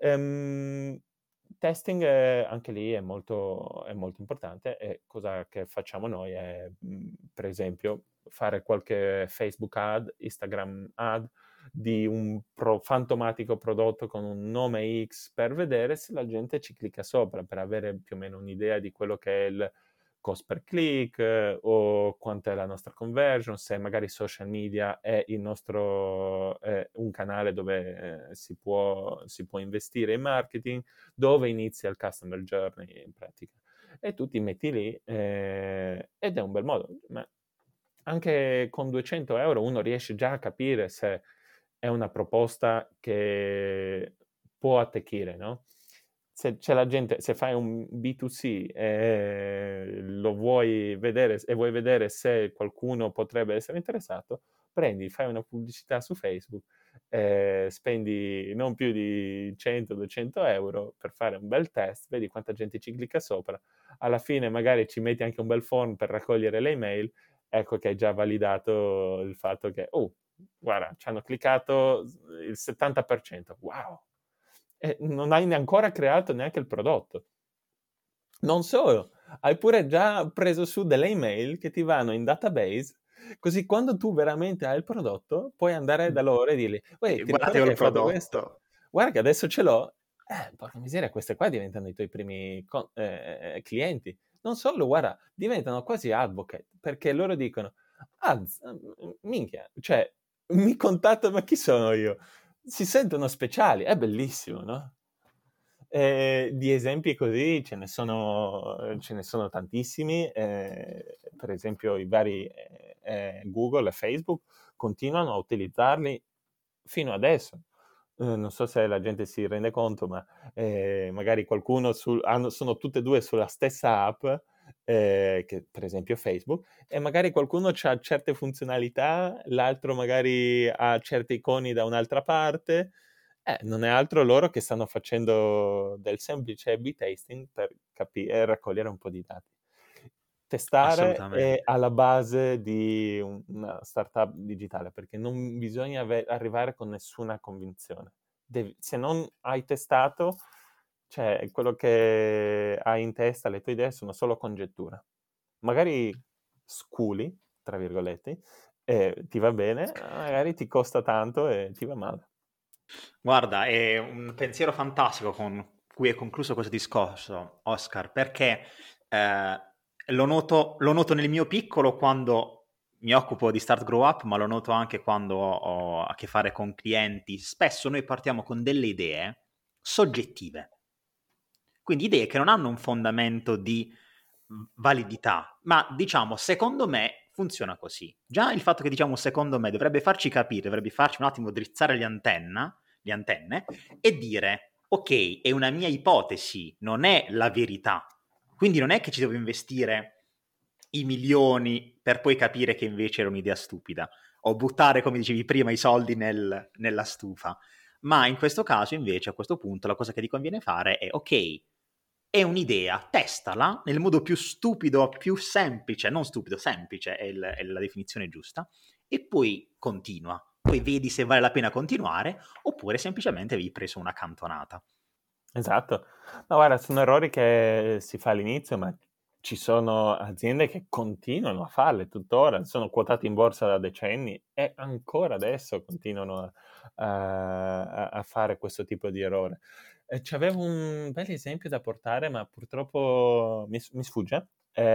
Testing anche lì è molto importante, e cosa che facciamo noi è, per esempio, fare qualche Facebook ad, Instagram ad di un fantomatico prodotto con un nome X per vedere se la gente ci clicca sopra, per avere più o meno un'idea di quello che è il cost per click, o quanto è la nostra conversion, se magari social media è il nostro un canale dove si può investire in marketing, dove inizia il customer journey in pratica. E tu ti metti lì ed è un bel modo. Ma anche con 200 euro uno riesce già a capire se è una proposta che può attecchire, no? Se c'è la gente, se fai un B2C e lo vuoi vedere e vuoi vedere se qualcuno potrebbe essere interessato, fai una pubblicità su Facebook, spendi non più di 100-200 euro per fare un bel test, vedi quanta gente ci clicca sopra, alla fine magari ci metti anche un bel form per raccogliere le email, ecco che hai già validato il fatto che, guarda, ci hanno cliccato il 70%, wow! E non hai ancora creato neanche il prodotto. Non solo, hai pure già preso su delle email che ti vanno in database, così quando tu veramente hai il prodotto puoi andare da loro e dirgli: ti ricordi Guardate che il hai fatto questo? prodotto. Guarda che adesso ce l'ho. Porca miseria, queste qua diventano i tuoi primi clienti. Non solo, guarda, diventano quasi advocate, perché loro dicono: minchia, cioè, mi contattano, ma chi sono io? Si sentono speciali, è bellissimo, no? Di esempi così ce ne sono tantissimi, per esempio i vari Google e Facebook continuano a utilizzarli fino adesso. Non so se la gente si rende conto, ma magari qualcuno sono tutte e due sulla stessa app, che per esempio Facebook, e magari qualcuno ha certe funzionalità, l'altro magari ha certe iconi da un'altra parte. Non è altro loro che stanno facendo del semplice A/B testing per capire e raccogliere un po' di dati. Testare è Assolutamente. alla base di una startup digitale, perché non bisogna arrivare con nessuna convinzione. Se non hai testato, cioè quello che hai in testa, le tue idee sono solo congetture. Magari sculi, tra virgolette, e ti va bene, magari ti costa tanto e ti va male. Guarda, è un pensiero fantastico con cui è concluso questo discorso, Oscar, perché lo noto nel mio piccolo quando mi occupo di Start Grow Up, ma lo noto anche quando ho a che fare con clienti. Spesso noi partiamo con delle idee soggettive, quindi idee che non hanno un fondamento di validità, ma diciamo, secondo me funziona così. Già il fatto che diciamo secondo me dovrebbe farci capire, dovrebbe farci un attimo drizzare le antenne e dire, ok, è una mia ipotesi, non è la verità. Quindi non è che ci devo investire i milioni per poi capire che invece era un'idea stupida, o buttare, come dicevi prima, i soldi nella stufa. Ma in questo caso, invece, a questo punto, la cosa che ti conviene fare è, ok, è un'idea, testala nel modo più stupido, più semplice, non stupido, semplice è la definizione giusta, e poi continua. Poi vedi se vale la pena continuare, oppure semplicemente avevi preso una cantonata. Esatto. Ma guarda, sono errori che si fa all'inizio, ma ci sono aziende che continuano a farle tuttora, sono quotate in borsa da decenni e ancora adesso continuano a fare questo tipo di errore. C'avevo un bel esempio da portare, ma purtroppo mi sfugge.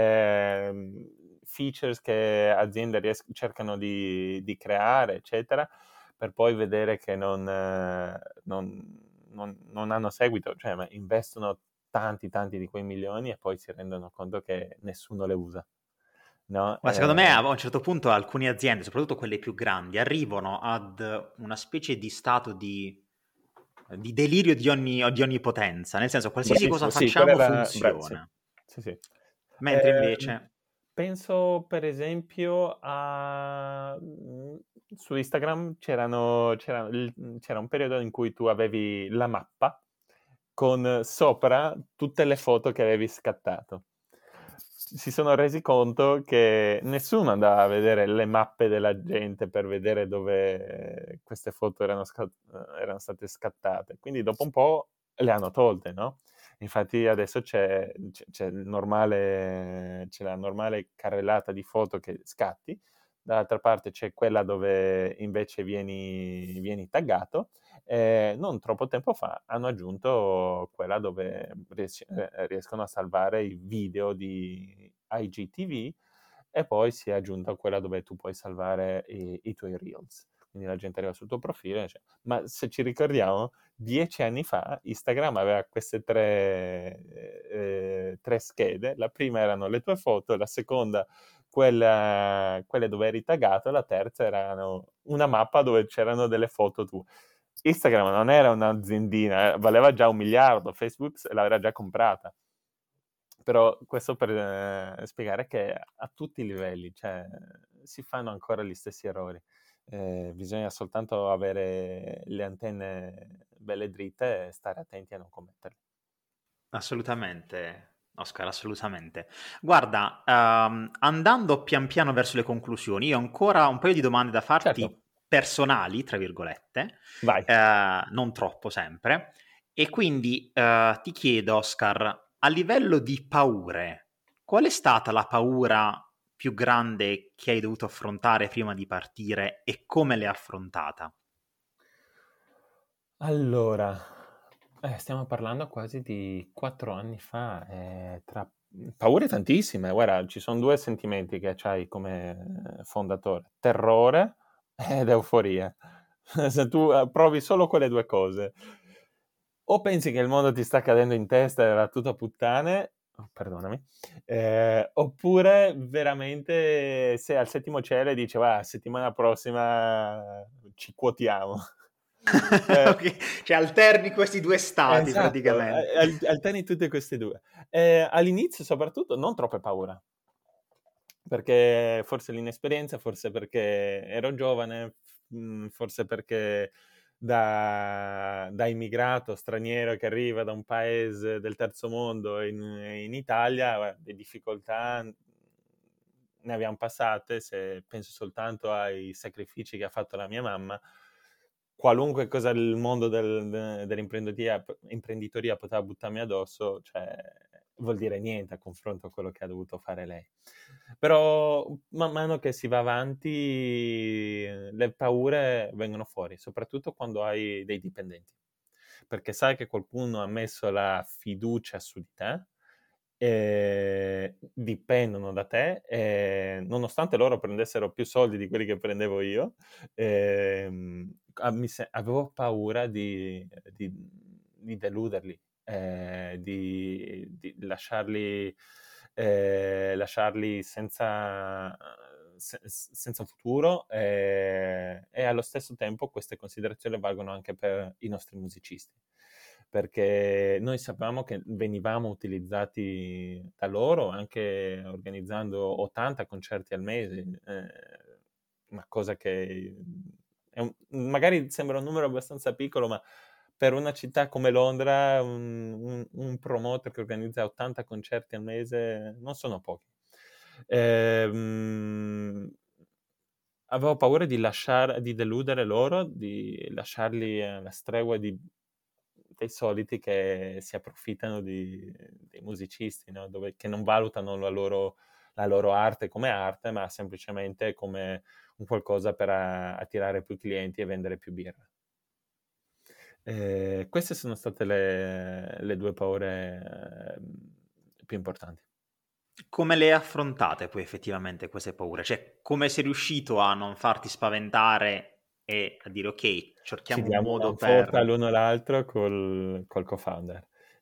Features che aziende cercano di creare, eccetera, per poi vedere che non hanno seguito, cioè investono tanti di quei milioni e poi si rendono conto che nessuno le usa. No? Ma secondo me a un certo punto alcune aziende, soprattutto quelle più grandi, arrivano ad una specie di stato di delirio di onnipotenza, nel senso qualsiasi cosa Bravissimo, sì, quella facciamo era... sì, funziona. sì, sì. Mentre invece... Penso per esempio su Instagram c'era un periodo in cui tu avevi la mappa con sopra tutte le foto che avevi scattato. Si sono resi conto che nessuno andava a vedere le mappe della gente per vedere dove queste foto erano state scattate. Quindi dopo un po' le hanno tolte, no? Infatti adesso c'è la normale carrellata di foto che scatti, dall'altra parte c'è quella dove invece vieni taggato. Non troppo tempo fa hanno aggiunto quella dove riescono a salvare i video di IGTV, e poi si è aggiunta quella dove tu puoi salvare i tuoi reels. Quindi la gente arriva sul tuo profilo e dice, ma se ci ricordiamo, 10 anni fa Instagram aveva queste tre schede. La prima erano le tue foto, la seconda quelle dove eri taggato, e la terza era una mappa dove c'erano delle foto tue. Instagram non era un'aziendina, valeva già 1 miliardo, Facebook l'aveva già comprata. Però questo per spiegare che a tutti i livelli, cioè, si fanno ancora gli stessi errori. Bisogna soltanto avere le antenne belle dritte e stare attenti a non commetterli. Assolutamente, Oscar, assolutamente. Guarda, andando pian piano verso le conclusioni, io ho ancora un paio di domande da Certo, farti personali, tra virgolette, vai. non troppo sempre, e quindi ti chiedo, Oscar, a livello di paure, qual è stata la paura più grande che hai dovuto affrontare prima di partire e come l'hai affrontata? Allora, stiamo parlando quasi di 4 anni fa, tra paure tantissime. Guarda, ci sono 2 sentimenti che c'hai come fondatore: terrore ed euforia. Se tu provi solo quelle 2 cose, o pensi che il mondo ti sta cadendo in testa e va tutto a puttane, perdonami, oppure veramente sei al settimo cielo e dici: "Va, settimana prossima ci quotiamo." Eh, Ok, cioè alterni questi due stati esatto, praticamente. alterni tutte queste 2. All'inizio soprattutto non troppe paura, perché forse l'inesperienza, forse perché ero giovane, forse perché da immigrato straniero che arriva da un paese del terzo mondo in Italia, le difficoltà ne abbiamo passate. Se penso soltanto ai sacrifici che ha fatto la mia mamma, qualunque cosa il mondo dell'imprenditoria poteva buttarmi addosso, cioè, vuol dire niente a confronto a quello che ha dovuto fare lei. Però man mano che si va avanti, le paure vengono fuori, soprattutto quando hai dei dipendenti, perché sai che qualcuno ha messo la fiducia su di te, dipendono da te, nonostante loro prendessero più soldi di quelli che prendevo io, avevo paura di deluderli, di lasciarli senza futuro, e allo stesso tempo queste considerazioni valgono anche per i nostri musicisti, perché noi sapevamo che venivamo utilizzati da loro anche organizzando 80 concerti al mese, una cosa che magari sembra un numero abbastanza piccolo, ma per una città come Londra un promoter che organizza 80 concerti al mese non sono pochi. Avevo paura di deludere loro, di lasciarli alla stregua dei soliti che si approfittano dei musicisti, no? Che non valutano la loro arte come arte, ma semplicemente come un qualcosa per attirare più clienti e vendere più birra. Queste sono state le 2 paure più importanti. Come le hai affrontate poi effettivamente queste paure? Cioè, come sei riuscito a non farti spaventare e a dire ok, Ci cerchiamo un diamo modo manforte per... l'uno all'altro col co-founder.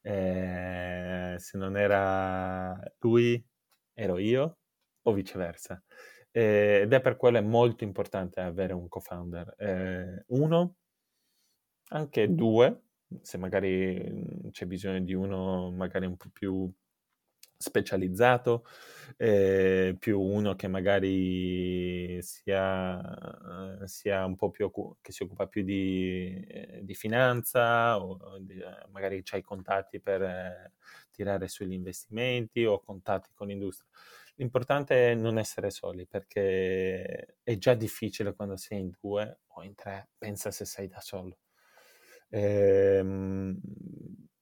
Se non era lui, ero io, o viceversa. Ed è per quello è molto importante avere un co-founder. Uno, anche due, se magari c'è bisogno di uno magari un po' più specializzato, più uno che magari sia un po' più che si occupa più di finanza, o magari c'hai contatti per tirare sugli investimenti o contatti con l'industria. L'importante è non essere soli, perché è già difficile quando sei in 2 o in 3, pensa se sei da solo. Ehm,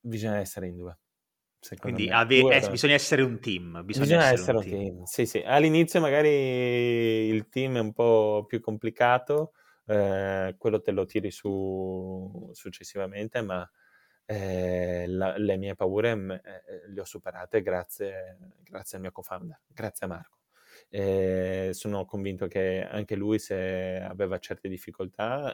Bisogna essere in due, secondo Quindi me. Due bisogna essere un team, bisogna bisogna essere essere un un team. team, sì, sì. All'inizio magari il team è un po' più complicato, quello te lo tiri su successivamente, ma le mie paure le ho superate grazie al mio co-founder, grazie a Marco. Sono convinto che anche lui, se aveva certe difficoltà,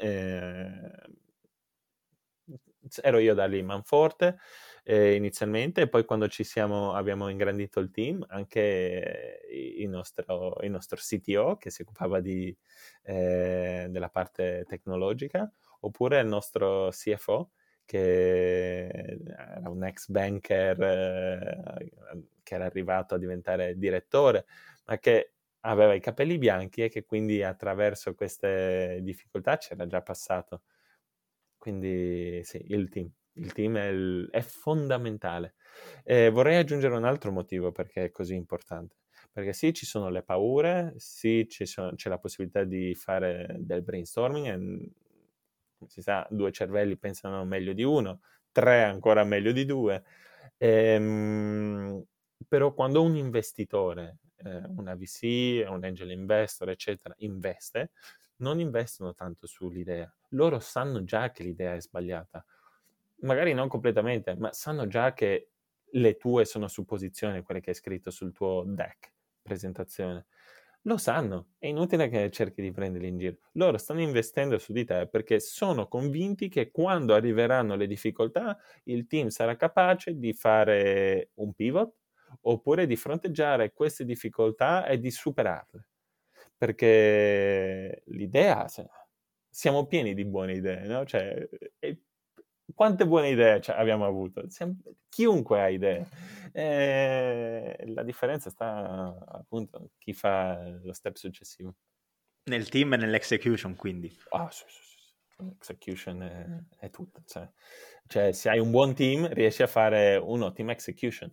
ero io a dargli manforte inizialmente, e poi quando abbiamo ingrandito il team, anche il nostro CTO che si occupava della parte tecnologica, oppure il nostro CFO che era un ex banker che era arrivato a diventare direttore, ma che aveva i capelli bianchi e che quindi attraverso queste difficoltà c'era già passato. Quindi sì, il team. Il team è fondamentale. Vorrei aggiungere un altro motivo perché è così importante. Perché sì, ci sono le paure, sì, c'è la possibilità di fare del brainstorming e, come si sa, 2 cervelli pensano meglio di uno, 3 ancora meglio di 2. Però quando un investitore, una VC, un angel investor, eccetera, investe, non investono tanto sull'idea. Loro sanno già che l'idea è sbagliata. Magari non completamente, ma sanno già che le tue sono supposizioni, quelle che hai scritto sul tuo deck, presentazione. Lo sanno, è inutile che cerchi di prenderli in giro. Loro stanno investendo su di te perché sono convinti che quando arriveranno le difficoltà il team sarà capace di fare un pivot oppure di fronteggiare queste difficoltà e di superarle. Perché l'idea, siamo pieni di buone idee, no? Cioè, quante buone idee abbiamo avuto? Chiunque ha idee. La differenza sta appunto in chi fa lo step successivo. Nel team e nell'execution, quindi. Sì, sì, sì. L'execution è tutto. Cioè, se hai un buon team, riesci a fare un'ottima execution.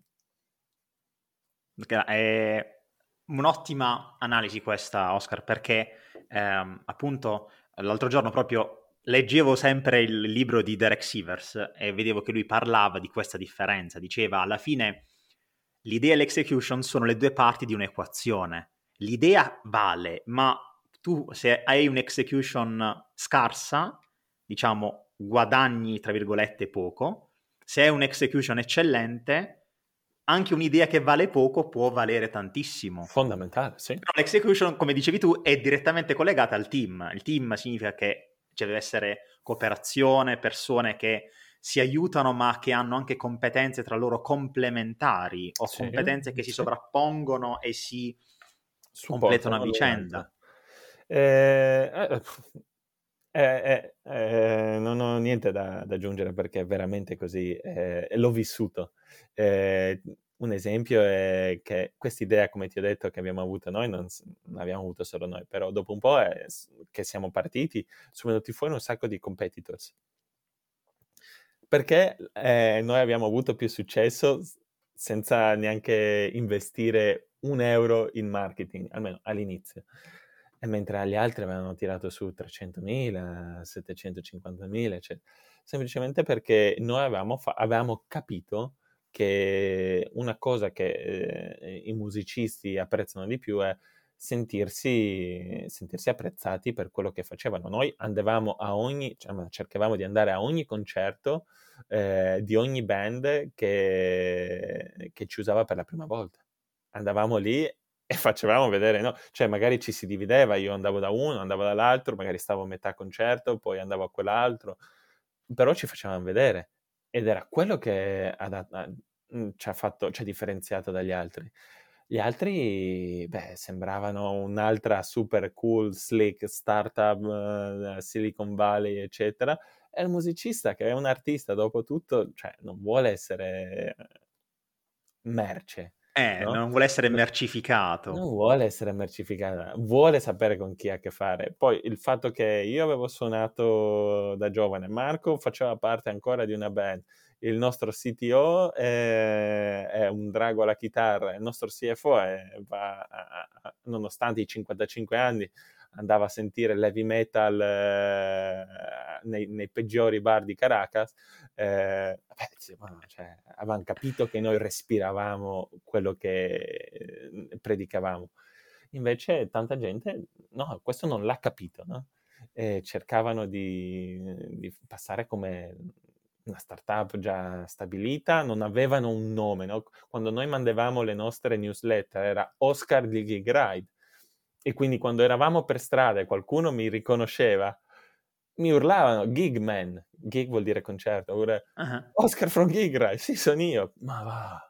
È un'ottima analisi questa, Oscar, perché appunto l'altro giorno proprio leggevo sempre il libro di Derek Sivers e vedevo che lui parlava di questa differenza. Diceva, alla fine l'idea e l'execution sono le due parti di un'equazione. L'idea vale, ma tu se hai un'execution scarsa, diciamo, guadagni, tra virgolette, poco. Se hai un'execution eccellente, anche un'idea che vale poco può valere tantissimo. Fondamentale, sì. Però l'execution, come dicevi tu, è direttamente collegata al team. Il team significa che ci deve essere cooperazione, persone che si aiutano ma che hanno anche competenze tra loro complementari o Sì, competenze che si sì. sovrappongono e si completano a Supportano l'un l'altro. vicenda. Non ho niente da aggiungere perché è veramente così, l'ho vissuto. Un esempio è che quest'idea, come ti ho detto, che abbiamo avuto noi, non l'abbiamo avuto solo noi, però dopo un po' che siamo partiti, sono venuti fuori un sacco di competitors. Perché noi abbiamo avuto più successo senza neanche investire €1 in marketing, almeno all'inizio. E mentre gli altri avevano tirato su 300.000, 750.000, semplicemente perché noi avevamo capito che una cosa che i musicisti apprezzano di più è sentirsi apprezzati per quello che facevano. Noi andavamo cercavamo di andare a ogni concerto di ogni band che ci usava per la prima volta. Andavamo lì e facevamo vedere, no? Cioè magari ci si divideva, io andavo da uno, andavo dall'altro, magari stavo a metà concerto, poi andavo a quell'altro, però ci facevamo vedere ed era quello che ci ha differenziato dagli altri. Gli altri, sembravano un'altra super cool, slick startup, Silicon Valley, eccetera. È il musicista che è un artista, dopo tutto, cioè, non vuole essere merce, no? Non vuole essere mercificato. Non vuole essere mercificata, vuole sapere con chi ha a che fare. Poi il fatto che io avevo suonato da giovane, Marco faceva parte ancora di una band, il nostro CTO è un drago alla chitarra, il nostro CFO nonostante i 55 anni, andava a sentire l'heavy metal nei peggiori bar di Caracas, cioè, avevano capito che noi respiravamo quello che predicavamo. Invece tanta gente, no, questo non l'ha capito, no? E cercavano di passare come una startup già stabilita, non avevano un nome, no? Quando noi mandavamo le nostre newsletter era Oscar di Gig Ride, e quindi quando eravamo per strada e qualcuno mi riconosceva, mi urlavano Gigman, gig vuol dire concerto, oppure Ah. Oscar from Gig Ride, sì, sono io, ma va.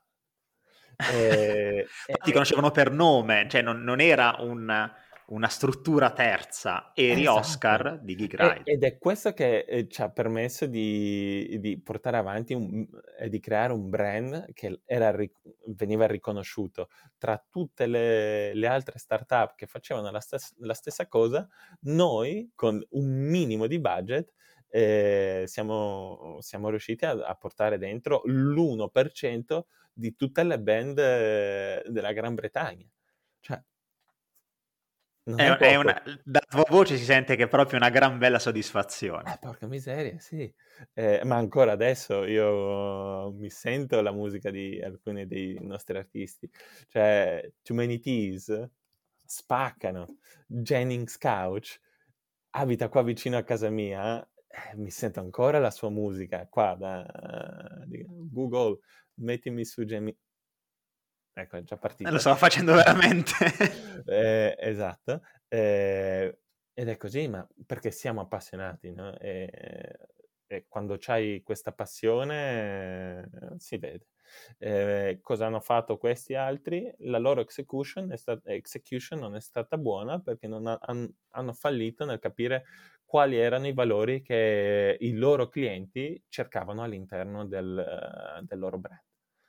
Ti conoscevano per nome, cioè non era una struttura terza, eri Esatto. Oscar di Gig Ride. Ed è questo che ci ha permesso di portare avanti e di creare un brand che veniva riconosciuto tra tutte le altre startup che facevano la stessa cosa. Noi, con un minimo di budget, siamo riusciti a portare dentro l'1% di tutte le band della Gran Bretagna. Cioè, non è poco. Dalla tua voce si sente che è proprio una gran bella soddisfazione. Porca miseria, sì. Ma ancora adesso io mi sento la musica di alcuni dei nostri artisti. Cioè, Too Many Teas spaccano. Jennings Couch abita qua vicino a casa mia. Mi sento ancora la sua musica qua di Google. Mettimi su Ecco, è già Lo partita. stavo facendo veramente. Esatto. Ed è così, ma perché siamo appassionati, no? E quando c'hai questa passione si vede. Cosa hanno fatto questi altri? La loro execution non è stata buona perché hanno fallito nel capire quali erano i valori che i loro clienti cercavano all'interno del loro brand.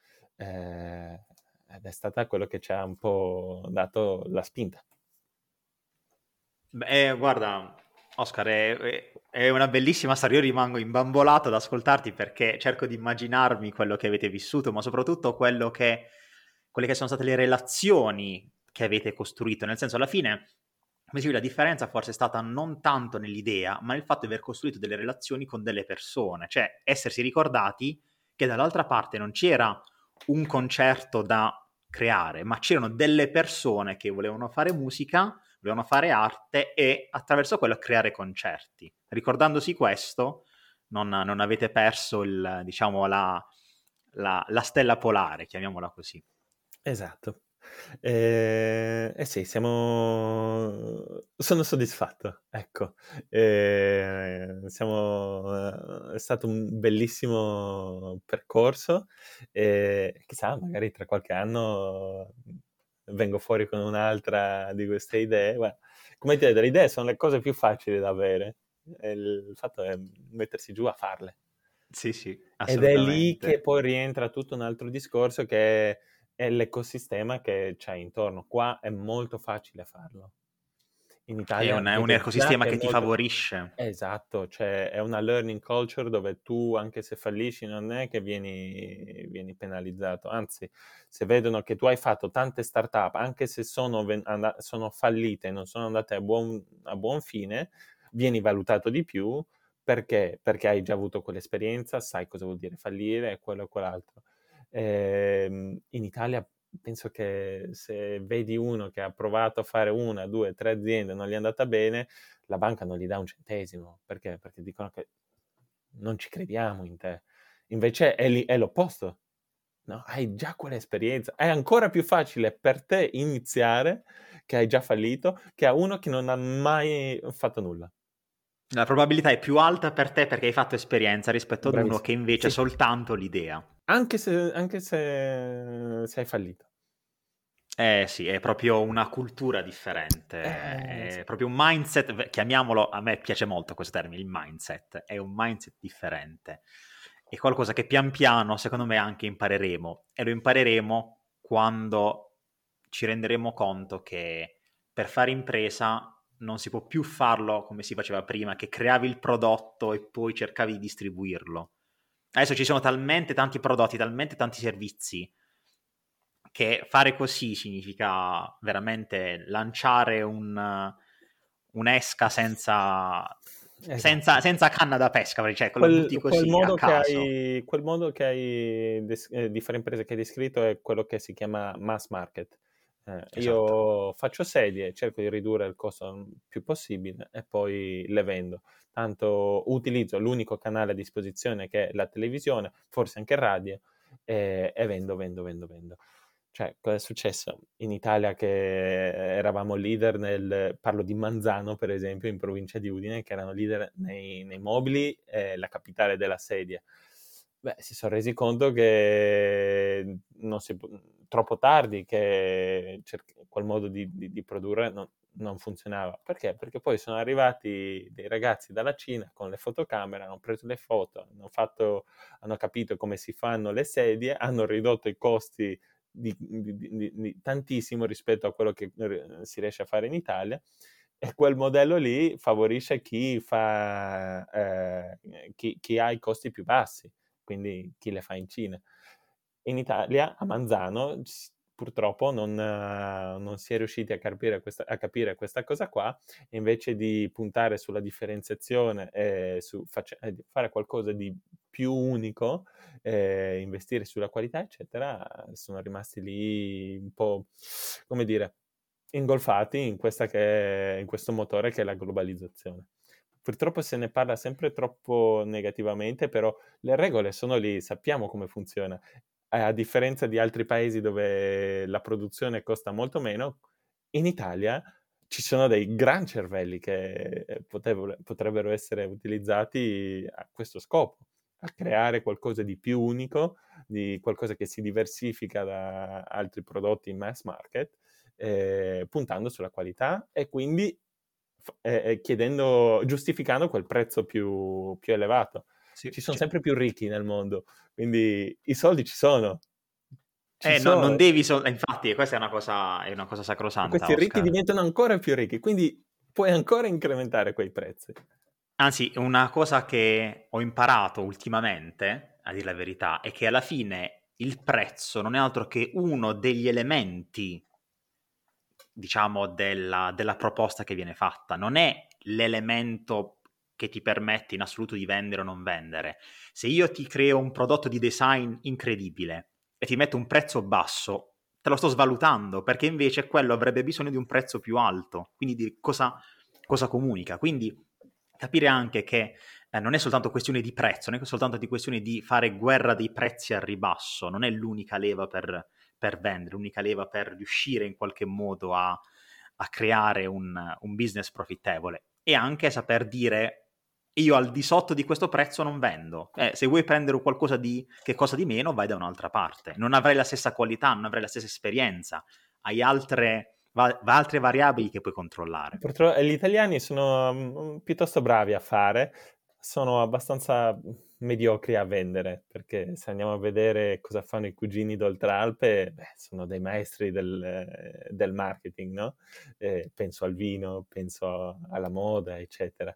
Ed è stata quello che ci ha un po' dato la spinta. Beh, guarda, Oscar, è una bellissima storia. Io rimango imbambolato ad ascoltarti perché cerco di immaginarmi quello che avete vissuto, ma soprattutto quelle che sono state le relazioni che avete costruito. Nel senso, alla fine, come si vede, la differenza forse è stata non tanto nell'idea, ma nel fatto di aver costruito delle relazioni con delle persone, cioè essersi ricordati che dall'altra parte non c'era un concerto da creare, ma c'erano delle persone che volevano fare musica, volevano fare arte e attraverso quello creare concerti. Ricordandosi questo, non avete perso diciamo, la stella polare, chiamiamola così. Esatto. Sì, sono soddisfatto, ecco. È stato un bellissimo percorso e chissà, magari tra qualche anno vengo fuori con un'altra di queste idee. Guarda, come ti detto, le idee sono le cose più facili da avere, e il fatto è mettersi giù a farle. Sì, sì, Ed è lì che assolutamente. poi rientra tutto un altro discorso che è l'ecosistema che c'hai intorno. Qua è molto facile farlo. In È Italia un vedo già ecosistema che è che ti molto... favorisce. Esatto, cioè è una learning culture dove tu, anche se fallisci, non è che vieni penalizzato. Anzi, se vedono che tu hai fatto tante startup, anche se sono fallite e non sono andate a buon fine, vieni valutato di più. Perché? Perché hai già avuto quell'esperienza, sai cosa vuol dire fallire e quello e quell'altro. In Italia penso che se vedi uno che ha provato a fare 1, 2, 3 aziende e non gli è andata bene, la banca non gli dà un centesimo. Perché? Perché dicono che non ci crediamo in te. Invece è l'opposto. No? Hai già quell'esperienza. È ancora più facile per te iniziare, che hai già fallito, che a uno che non ha mai fatto nulla. La probabilità è più alta per te perché hai fatto esperienza rispetto ad uno Bravissimo. che invece ha Sì. soltanto l'idea. Anche se hai fallito. Sì, è proprio una cultura differente, Sì. è proprio un mindset, chiamiamolo, a me piace molto questo termine, il mindset, è un mindset differente. È qualcosa che pian piano, secondo me, anche impareremo, e lo impareremo quando ci renderemo conto che per fare impresa non si può più farlo come si faceva prima, che creavi il prodotto e poi cercavi di distribuirlo. Adesso ci sono talmente tanti prodotti, talmente tanti servizi, che fare così significa veramente lanciare un'esca senza, Esatto. senza canna da pesca, cioè che lo butti Quel così a modo che caso. hai, di fare imprese che hai descritto è quello che si chiama mass market. Esatto. Io faccio sedie, cerco di ridurre il costo il più possibile e poi le vendo. Tanto utilizzo l'unico canale a disposizione che è la televisione, forse anche il radio, e vendo. Cioè, cosa è successo? In Italia che eravamo leader parlo di Manzano, per esempio, in provincia di Udine, che erano leader nei mobili, la capitale della sedia. Beh, si sono resi conto che troppo tardi, che quel modo di produrre non funzionava. Perché? Perché poi sono arrivati dei ragazzi dalla Cina con le fotocamere, hanno preso le foto, hanno capito come si fanno le sedie, hanno ridotto i costi di tantissimo rispetto a quello che si riesce a fare in Italia, e quel modello lì favorisce chi ha i costi più bassi, quindi chi le fa in Cina. In Italia, a Manzano, purtroppo non si è riusciti a capire questa cosa qua, e invece di puntare sulla differenziazione e fare qualcosa di più unico, investire sulla qualità, eccetera, sono rimasti lì un po', come dire, ingolfati in questo motore che è la globalizzazione. Purtroppo se ne parla sempre troppo negativamente, però le regole sono lì, sappiamo come funziona. A differenza di altri paesi dove la produzione costa molto meno, in Italia ci sono dei gran cervelli che potrebbero essere utilizzati a questo scopo, a creare qualcosa di più unico, di qualcosa che si diversifica da altri prodotti in mass market, puntando sulla qualità e quindi giustificando quel prezzo più elevato. Sì, Ci sono sempre più ricchi nel mondo, quindi i soldi ci sono. Ci non sono. devi infatti, questa è una cosa E sacrosanta, questi ricchi Oscar. diventano ancora più ricchi, quindi puoi ancora incrementare quei prezzi. Anzi, una cosa che ho imparato ultimamente, a dire la verità, è che alla fine il prezzo non è altro che uno degli elementi, diciamo, della proposta che viene fatta. Non è l'elemento che ti permette in assoluto di vendere o non vendere. Se io ti creo un prodotto di design incredibile e ti metto un prezzo basso, te lo sto svalutando, perché invece quello avrebbe bisogno di un prezzo più alto. Quindi di cosa comunica. Quindi capire anche che non è soltanto questione di prezzo, non è soltanto di questione di fare guerra dei prezzi al ribasso, non è l'unica leva per vendere, l'unica leva per riuscire in qualche modo a creare un business profittevole. E anche saper dire io al di sotto di questo prezzo non vendo. Se vuoi prendere qualcosa che costa di meno, vai da un'altra parte. Non avrai la stessa qualità, non avrai la stessa esperienza, hai altre variabili che puoi controllare. Purtroppo gli italiani sono piuttosto bravi a fare, sono abbastanza mediocri a vendere, perché se andiamo a vedere cosa fanno i cugini d'Oltralpe, sono dei maestri del marketing, no? Penso al vino, penso alla moda, eccetera.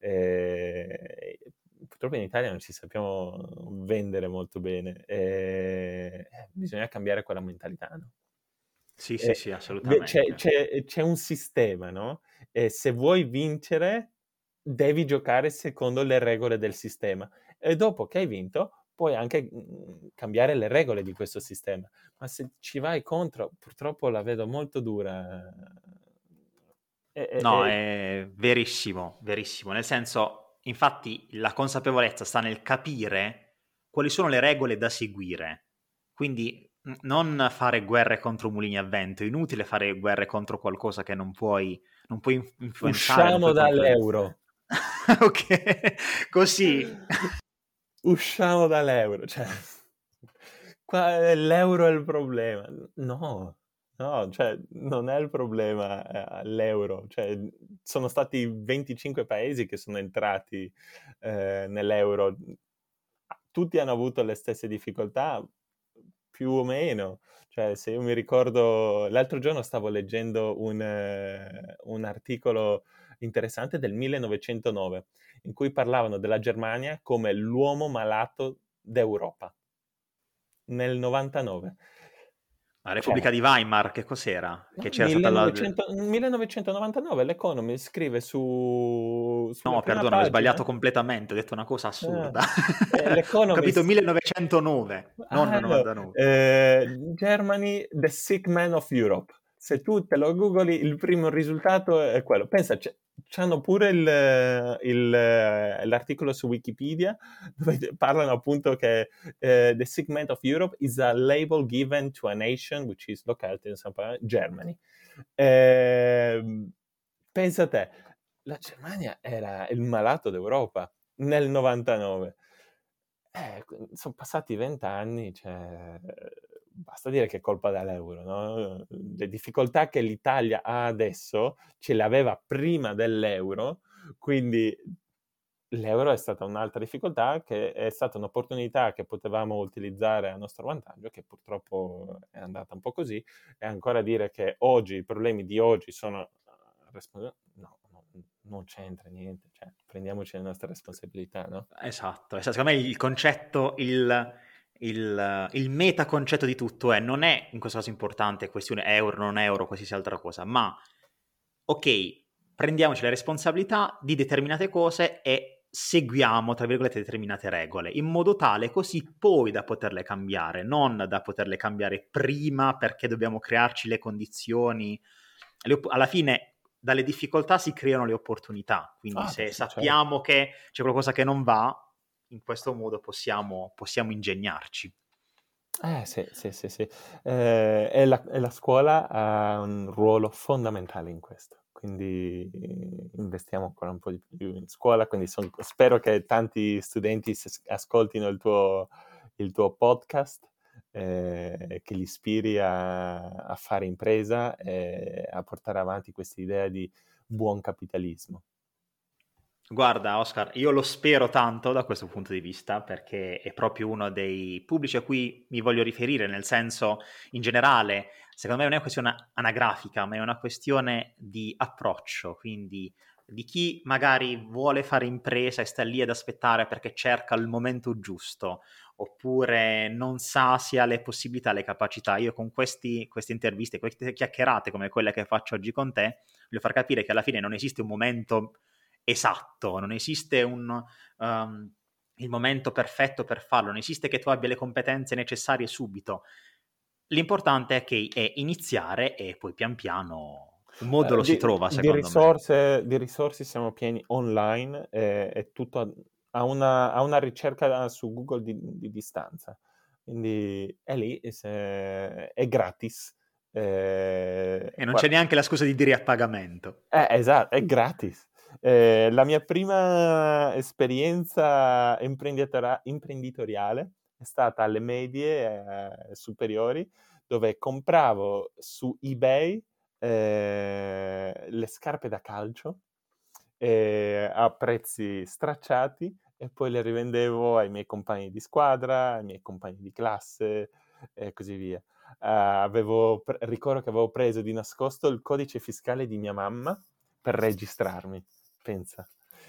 Purtroppo in Italia non ci sappiamo vendere molto bene, bisogna cambiare quella mentalità, no? Sì, sì, Eh, sì, c'è, assolutamente. c'è- c'è un sistema, no? E se vuoi vincere, devi giocare secondo le regole del sistema. E dopo che hai vinto, puoi anche cambiare le regole di questo sistema. Ma se ci vai contro, purtroppo la vedo molto dura. E, e- No, e- è verissimo, verissimo. Nel senso, infatti, la consapevolezza sta nel capire quali sono le regole da seguire. Quindi non fare guerre contro mulini a vento, è inutile fare guerre contro qualcosa che non puoi influenzare, non Usciamo puoi controllare. dall'euro. Ok, così. Usciamo dall'euro, cioè, qua l'euro è il problema. No, no, cioè, non è il problema l'euro, cioè, sono stati 25 paesi che sono entrati nell'euro, tutti hanno avuto le stesse difficoltà, più o meno. Cioè, se io mi ricordo, l'altro giorno stavo leggendo un articolo interessante del 1909, in cui parlavano della Germania come l'uomo malato d'Europa, nel 99. La Cioè, Repubblica di Weimar, che cos'era? no, Che c'era stata la... 1999 l'Economist scrive sulla No, prima perdono, ho pagina, sbagliato completamente, ho detto una cosa eh, assurda. Ho capito l'Economist, 1909, non no, 99. Germany, the sick man of Europe. Se tu te lo googoli, il primo risultato è quello. Pensa, c'hanno pure l'articolo su Wikipedia dove parlano appunto che the sick man of Europe is a label given to a nation which is located in Germany. Pensa a te, la Germania era il malato d'Europa nel 99. Sono passati 20 anni, cioè, basta dire che è colpa dell'euro, no? Le difficoltà che l'Italia ha adesso ce le aveva prima dell'euro, quindi l'euro è stata un'altra difficoltà, che è stata un'opportunità che potevamo utilizzare a nostro vantaggio, che purtroppo è andata un po' così, e ancora dire che oggi i problemi di oggi sono no, non c'entra niente, cioè, prendiamoci le nostre responsabilità, no? Esatto. Secondo me il concetto, il metaconcetto di tutto è, non è in questo caso importante questione euro, non euro, qualsiasi altra cosa, ma ok, prendiamoci la responsabilità di determinate cose e seguiamo, tra virgolette, determinate regole, in modo tale così poi da poterle cambiare, non da poterle cambiare prima perché dobbiamo crearci le condizioni. Alla fine dalle difficoltà si creano le opportunità, quindi Ah, se sì, certo. sappiamo che c'è qualcosa che non va, in questo modo possiamo ingegnarci. Sì, sì, sì, sì. E la scuola ha un ruolo fondamentale in questo, quindi investiamo ancora un po' di più in scuola, quindi spero che tanti studenti ascoltino il tuo podcast, che li ispiri a fare impresa e a portare avanti questa idea di buon capitalismo. Guarda, Oscar, io lo spero tanto da questo punto di vista perché è proprio uno dei pubblici a cui mi voglio riferire, nel senso, in generale, secondo me non è una questione anagrafica, ma è una questione di approccio, quindi di chi magari vuole fare impresa e sta lì ad aspettare perché cerca il momento giusto, oppure non sa se ha le possibilità, le capacità. Io con queste interviste, queste chiacchierate come quelle che faccio oggi con te, voglio far capire che alla fine non esiste un momento esatto, non esiste il momento perfetto per farlo, non esiste che tu abbia le competenze necessarie subito. L'importante è iniziare e poi pian piano un modo lo si Di, trova, di secondo me. risorse siamo pieni online, è tutto a una ricerca su Google di distanza. Quindi è lì, è gratis. E non c'è Guarda, neanche la scusa di dire a pagamento. esatto, è gratis. La mia prima esperienza imprenditoriale è stata alle medie superiori, dove compravo su eBay le scarpe da calcio a prezzi stracciati e poi le rivendevo ai miei compagni di squadra, ai miei compagni di classe e così via. Ricordo che avevo preso di nascosto il codice fiscale di mia mamma per registrarmi, pensa.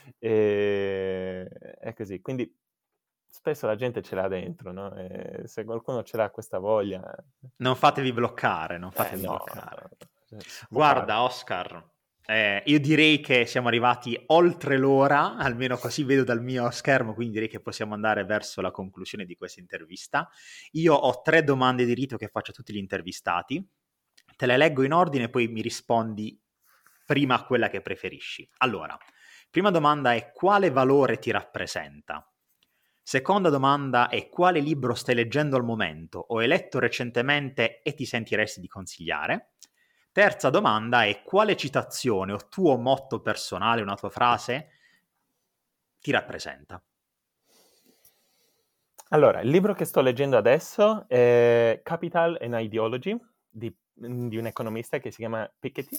È così. Quindi spesso la gente ce l'ha dentro, no? E se qualcuno ce l'ha questa voglia, Non fatevi bloccare, non fatevi no, bloccare. si può fare. Guarda, Oscar, io direi che siamo arrivati oltre l'ora, almeno così vedo dal mio schermo, quindi direi che possiamo andare verso la conclusione di questa intervista. Io ho 3 domande di rito che faccio a tutti gli intervistati, te le leggo in ordine e poi mi rispondi prima a quella che preferisci. Allora, prima domanda è: quale valore ti rappresenta? Seconda domanda è: quale libro stai leggendo al momento o hai letto recentemente e ti sentiresti di consigliare? Terza domanda è: quale citazione o tuo motto personale, una tua frase, ti rappresenta? Allora, il libro che sto leggendo adesso è Capital and Ideology di un economista che si chiama Piketty.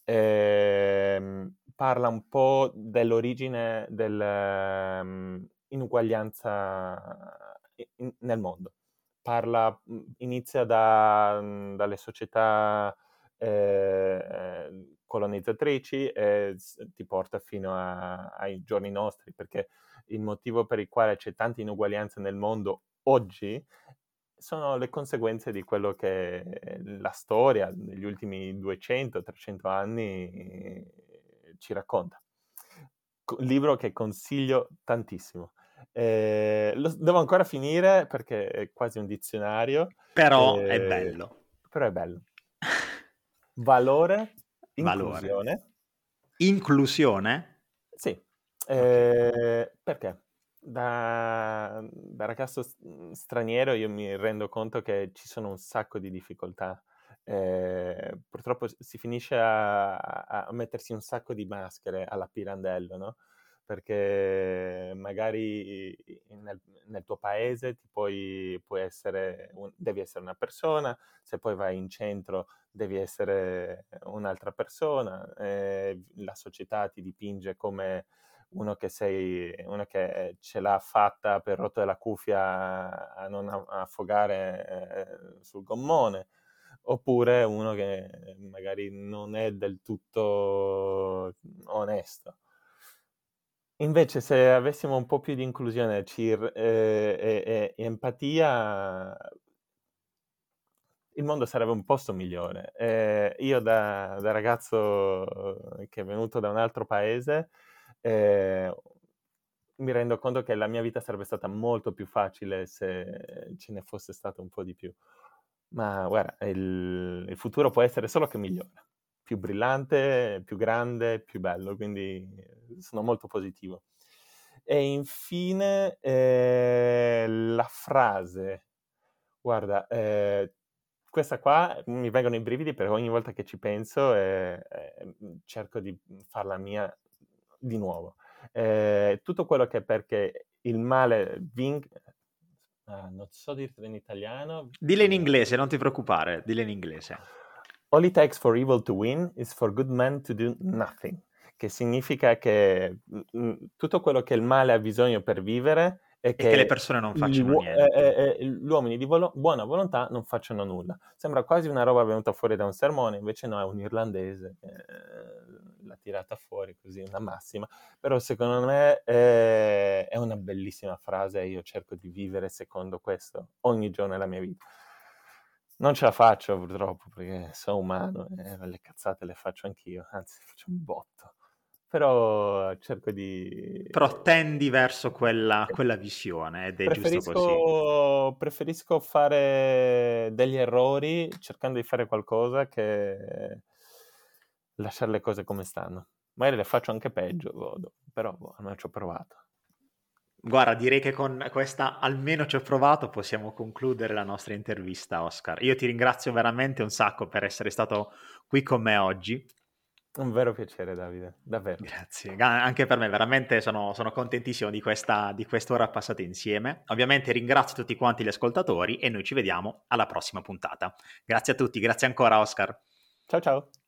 Parla un po' dell'origine dell'inuguaglianza nel mondo. Inizia dalle società colonizzatrici e ti porta fino ai giorni nostri, perché il motivo per il quale c'è tanta inuguaglianza nel mondo oggi sono le conseguenze di quello che la storia degli ultimi 200-300 anni ci racconta. Libro che consiglio tantissimo. Devo ancora finire perché è quasi un dizionario, Però è bello. però è bello. Valore, Valore. inclusione. Inclusione? Sì, perché da ragazzo straniero io mi rendo conto che ci sono un sacco di difficoltà. Purtroppo si finisce a mettersi un sacco di maschere alla Pirandello, no? Perché magari nel tuo paese puoi essere devi essere una persona, se poi vai in centro devi essere un'altra persona, la società ti dipinge come uno che ce l'ha fatta per rotto della cuffia a non affogare sul gommone, oppure uno che magari non è del tutto onesto. Invece se avessimo un po' più di inclusione e empatia, il mondo sarebbe un posto migliore. Io da ragazzo che è venuto da un altro paese, mi rendo conto che la mia vita sarebbe stata molto più facile se ce ne fosse stato un po' di più. Ma guarda, il futuro può essere solo che migliore, più brillante, più grande, più bello, quindi sono molto positivo. E infine la frase, guarda, questa qua mi vengono i brividi perché ogni volta che ci penso cerco di farla mia di nuovo. Tutto quello che è perché il male non so dirtelo in italiano. Dille in inglese, non ti preoccupare, dille in inglese. All it takes for evil to win is for good men to do nothing, che significa che tutto quello che il male ha bisogno per vivere è E che le che persone non gli facciano niente. gli uomini di buona volontà non facciano nulla. Sembra quasi una roba venuta fuori da un sermone, invece no, è un irlandese che l'ha tirata fuori così, una massima. Però secondo me è una bellissima frase e io cerco di vivere secondo questo ogni giorno della mia vita. Non ce la faccio purtroppo perché sono umano e le cazzate le faccio anch'io, anzi faccio un botto. Però cerco di... Però tendi verso quella sì. visione ed è giusto così. Preferisco fare degli errori cercando di fare qualcosa che lasciare le cose come stanno. Magari le faccio anche peggio, però almeno ci ho provato. Guarda, direi che con questa almeno ci ho provato, possiamo concludere la nostra intervista, Oscar. Io ti ringrazio veramente un sacco per essere stato qui con me oggi. Un vero piacere, Davide, davvero. Grazie, anche per me veramente sono contentissimo di quest'ora passata insieme. Ovviamente ringrazio tutti quanti gli ascoltatori e noi ci vediamo alla prossima puntata. Grazie a tutti, grazie ancora Oscar. Ciao ciao.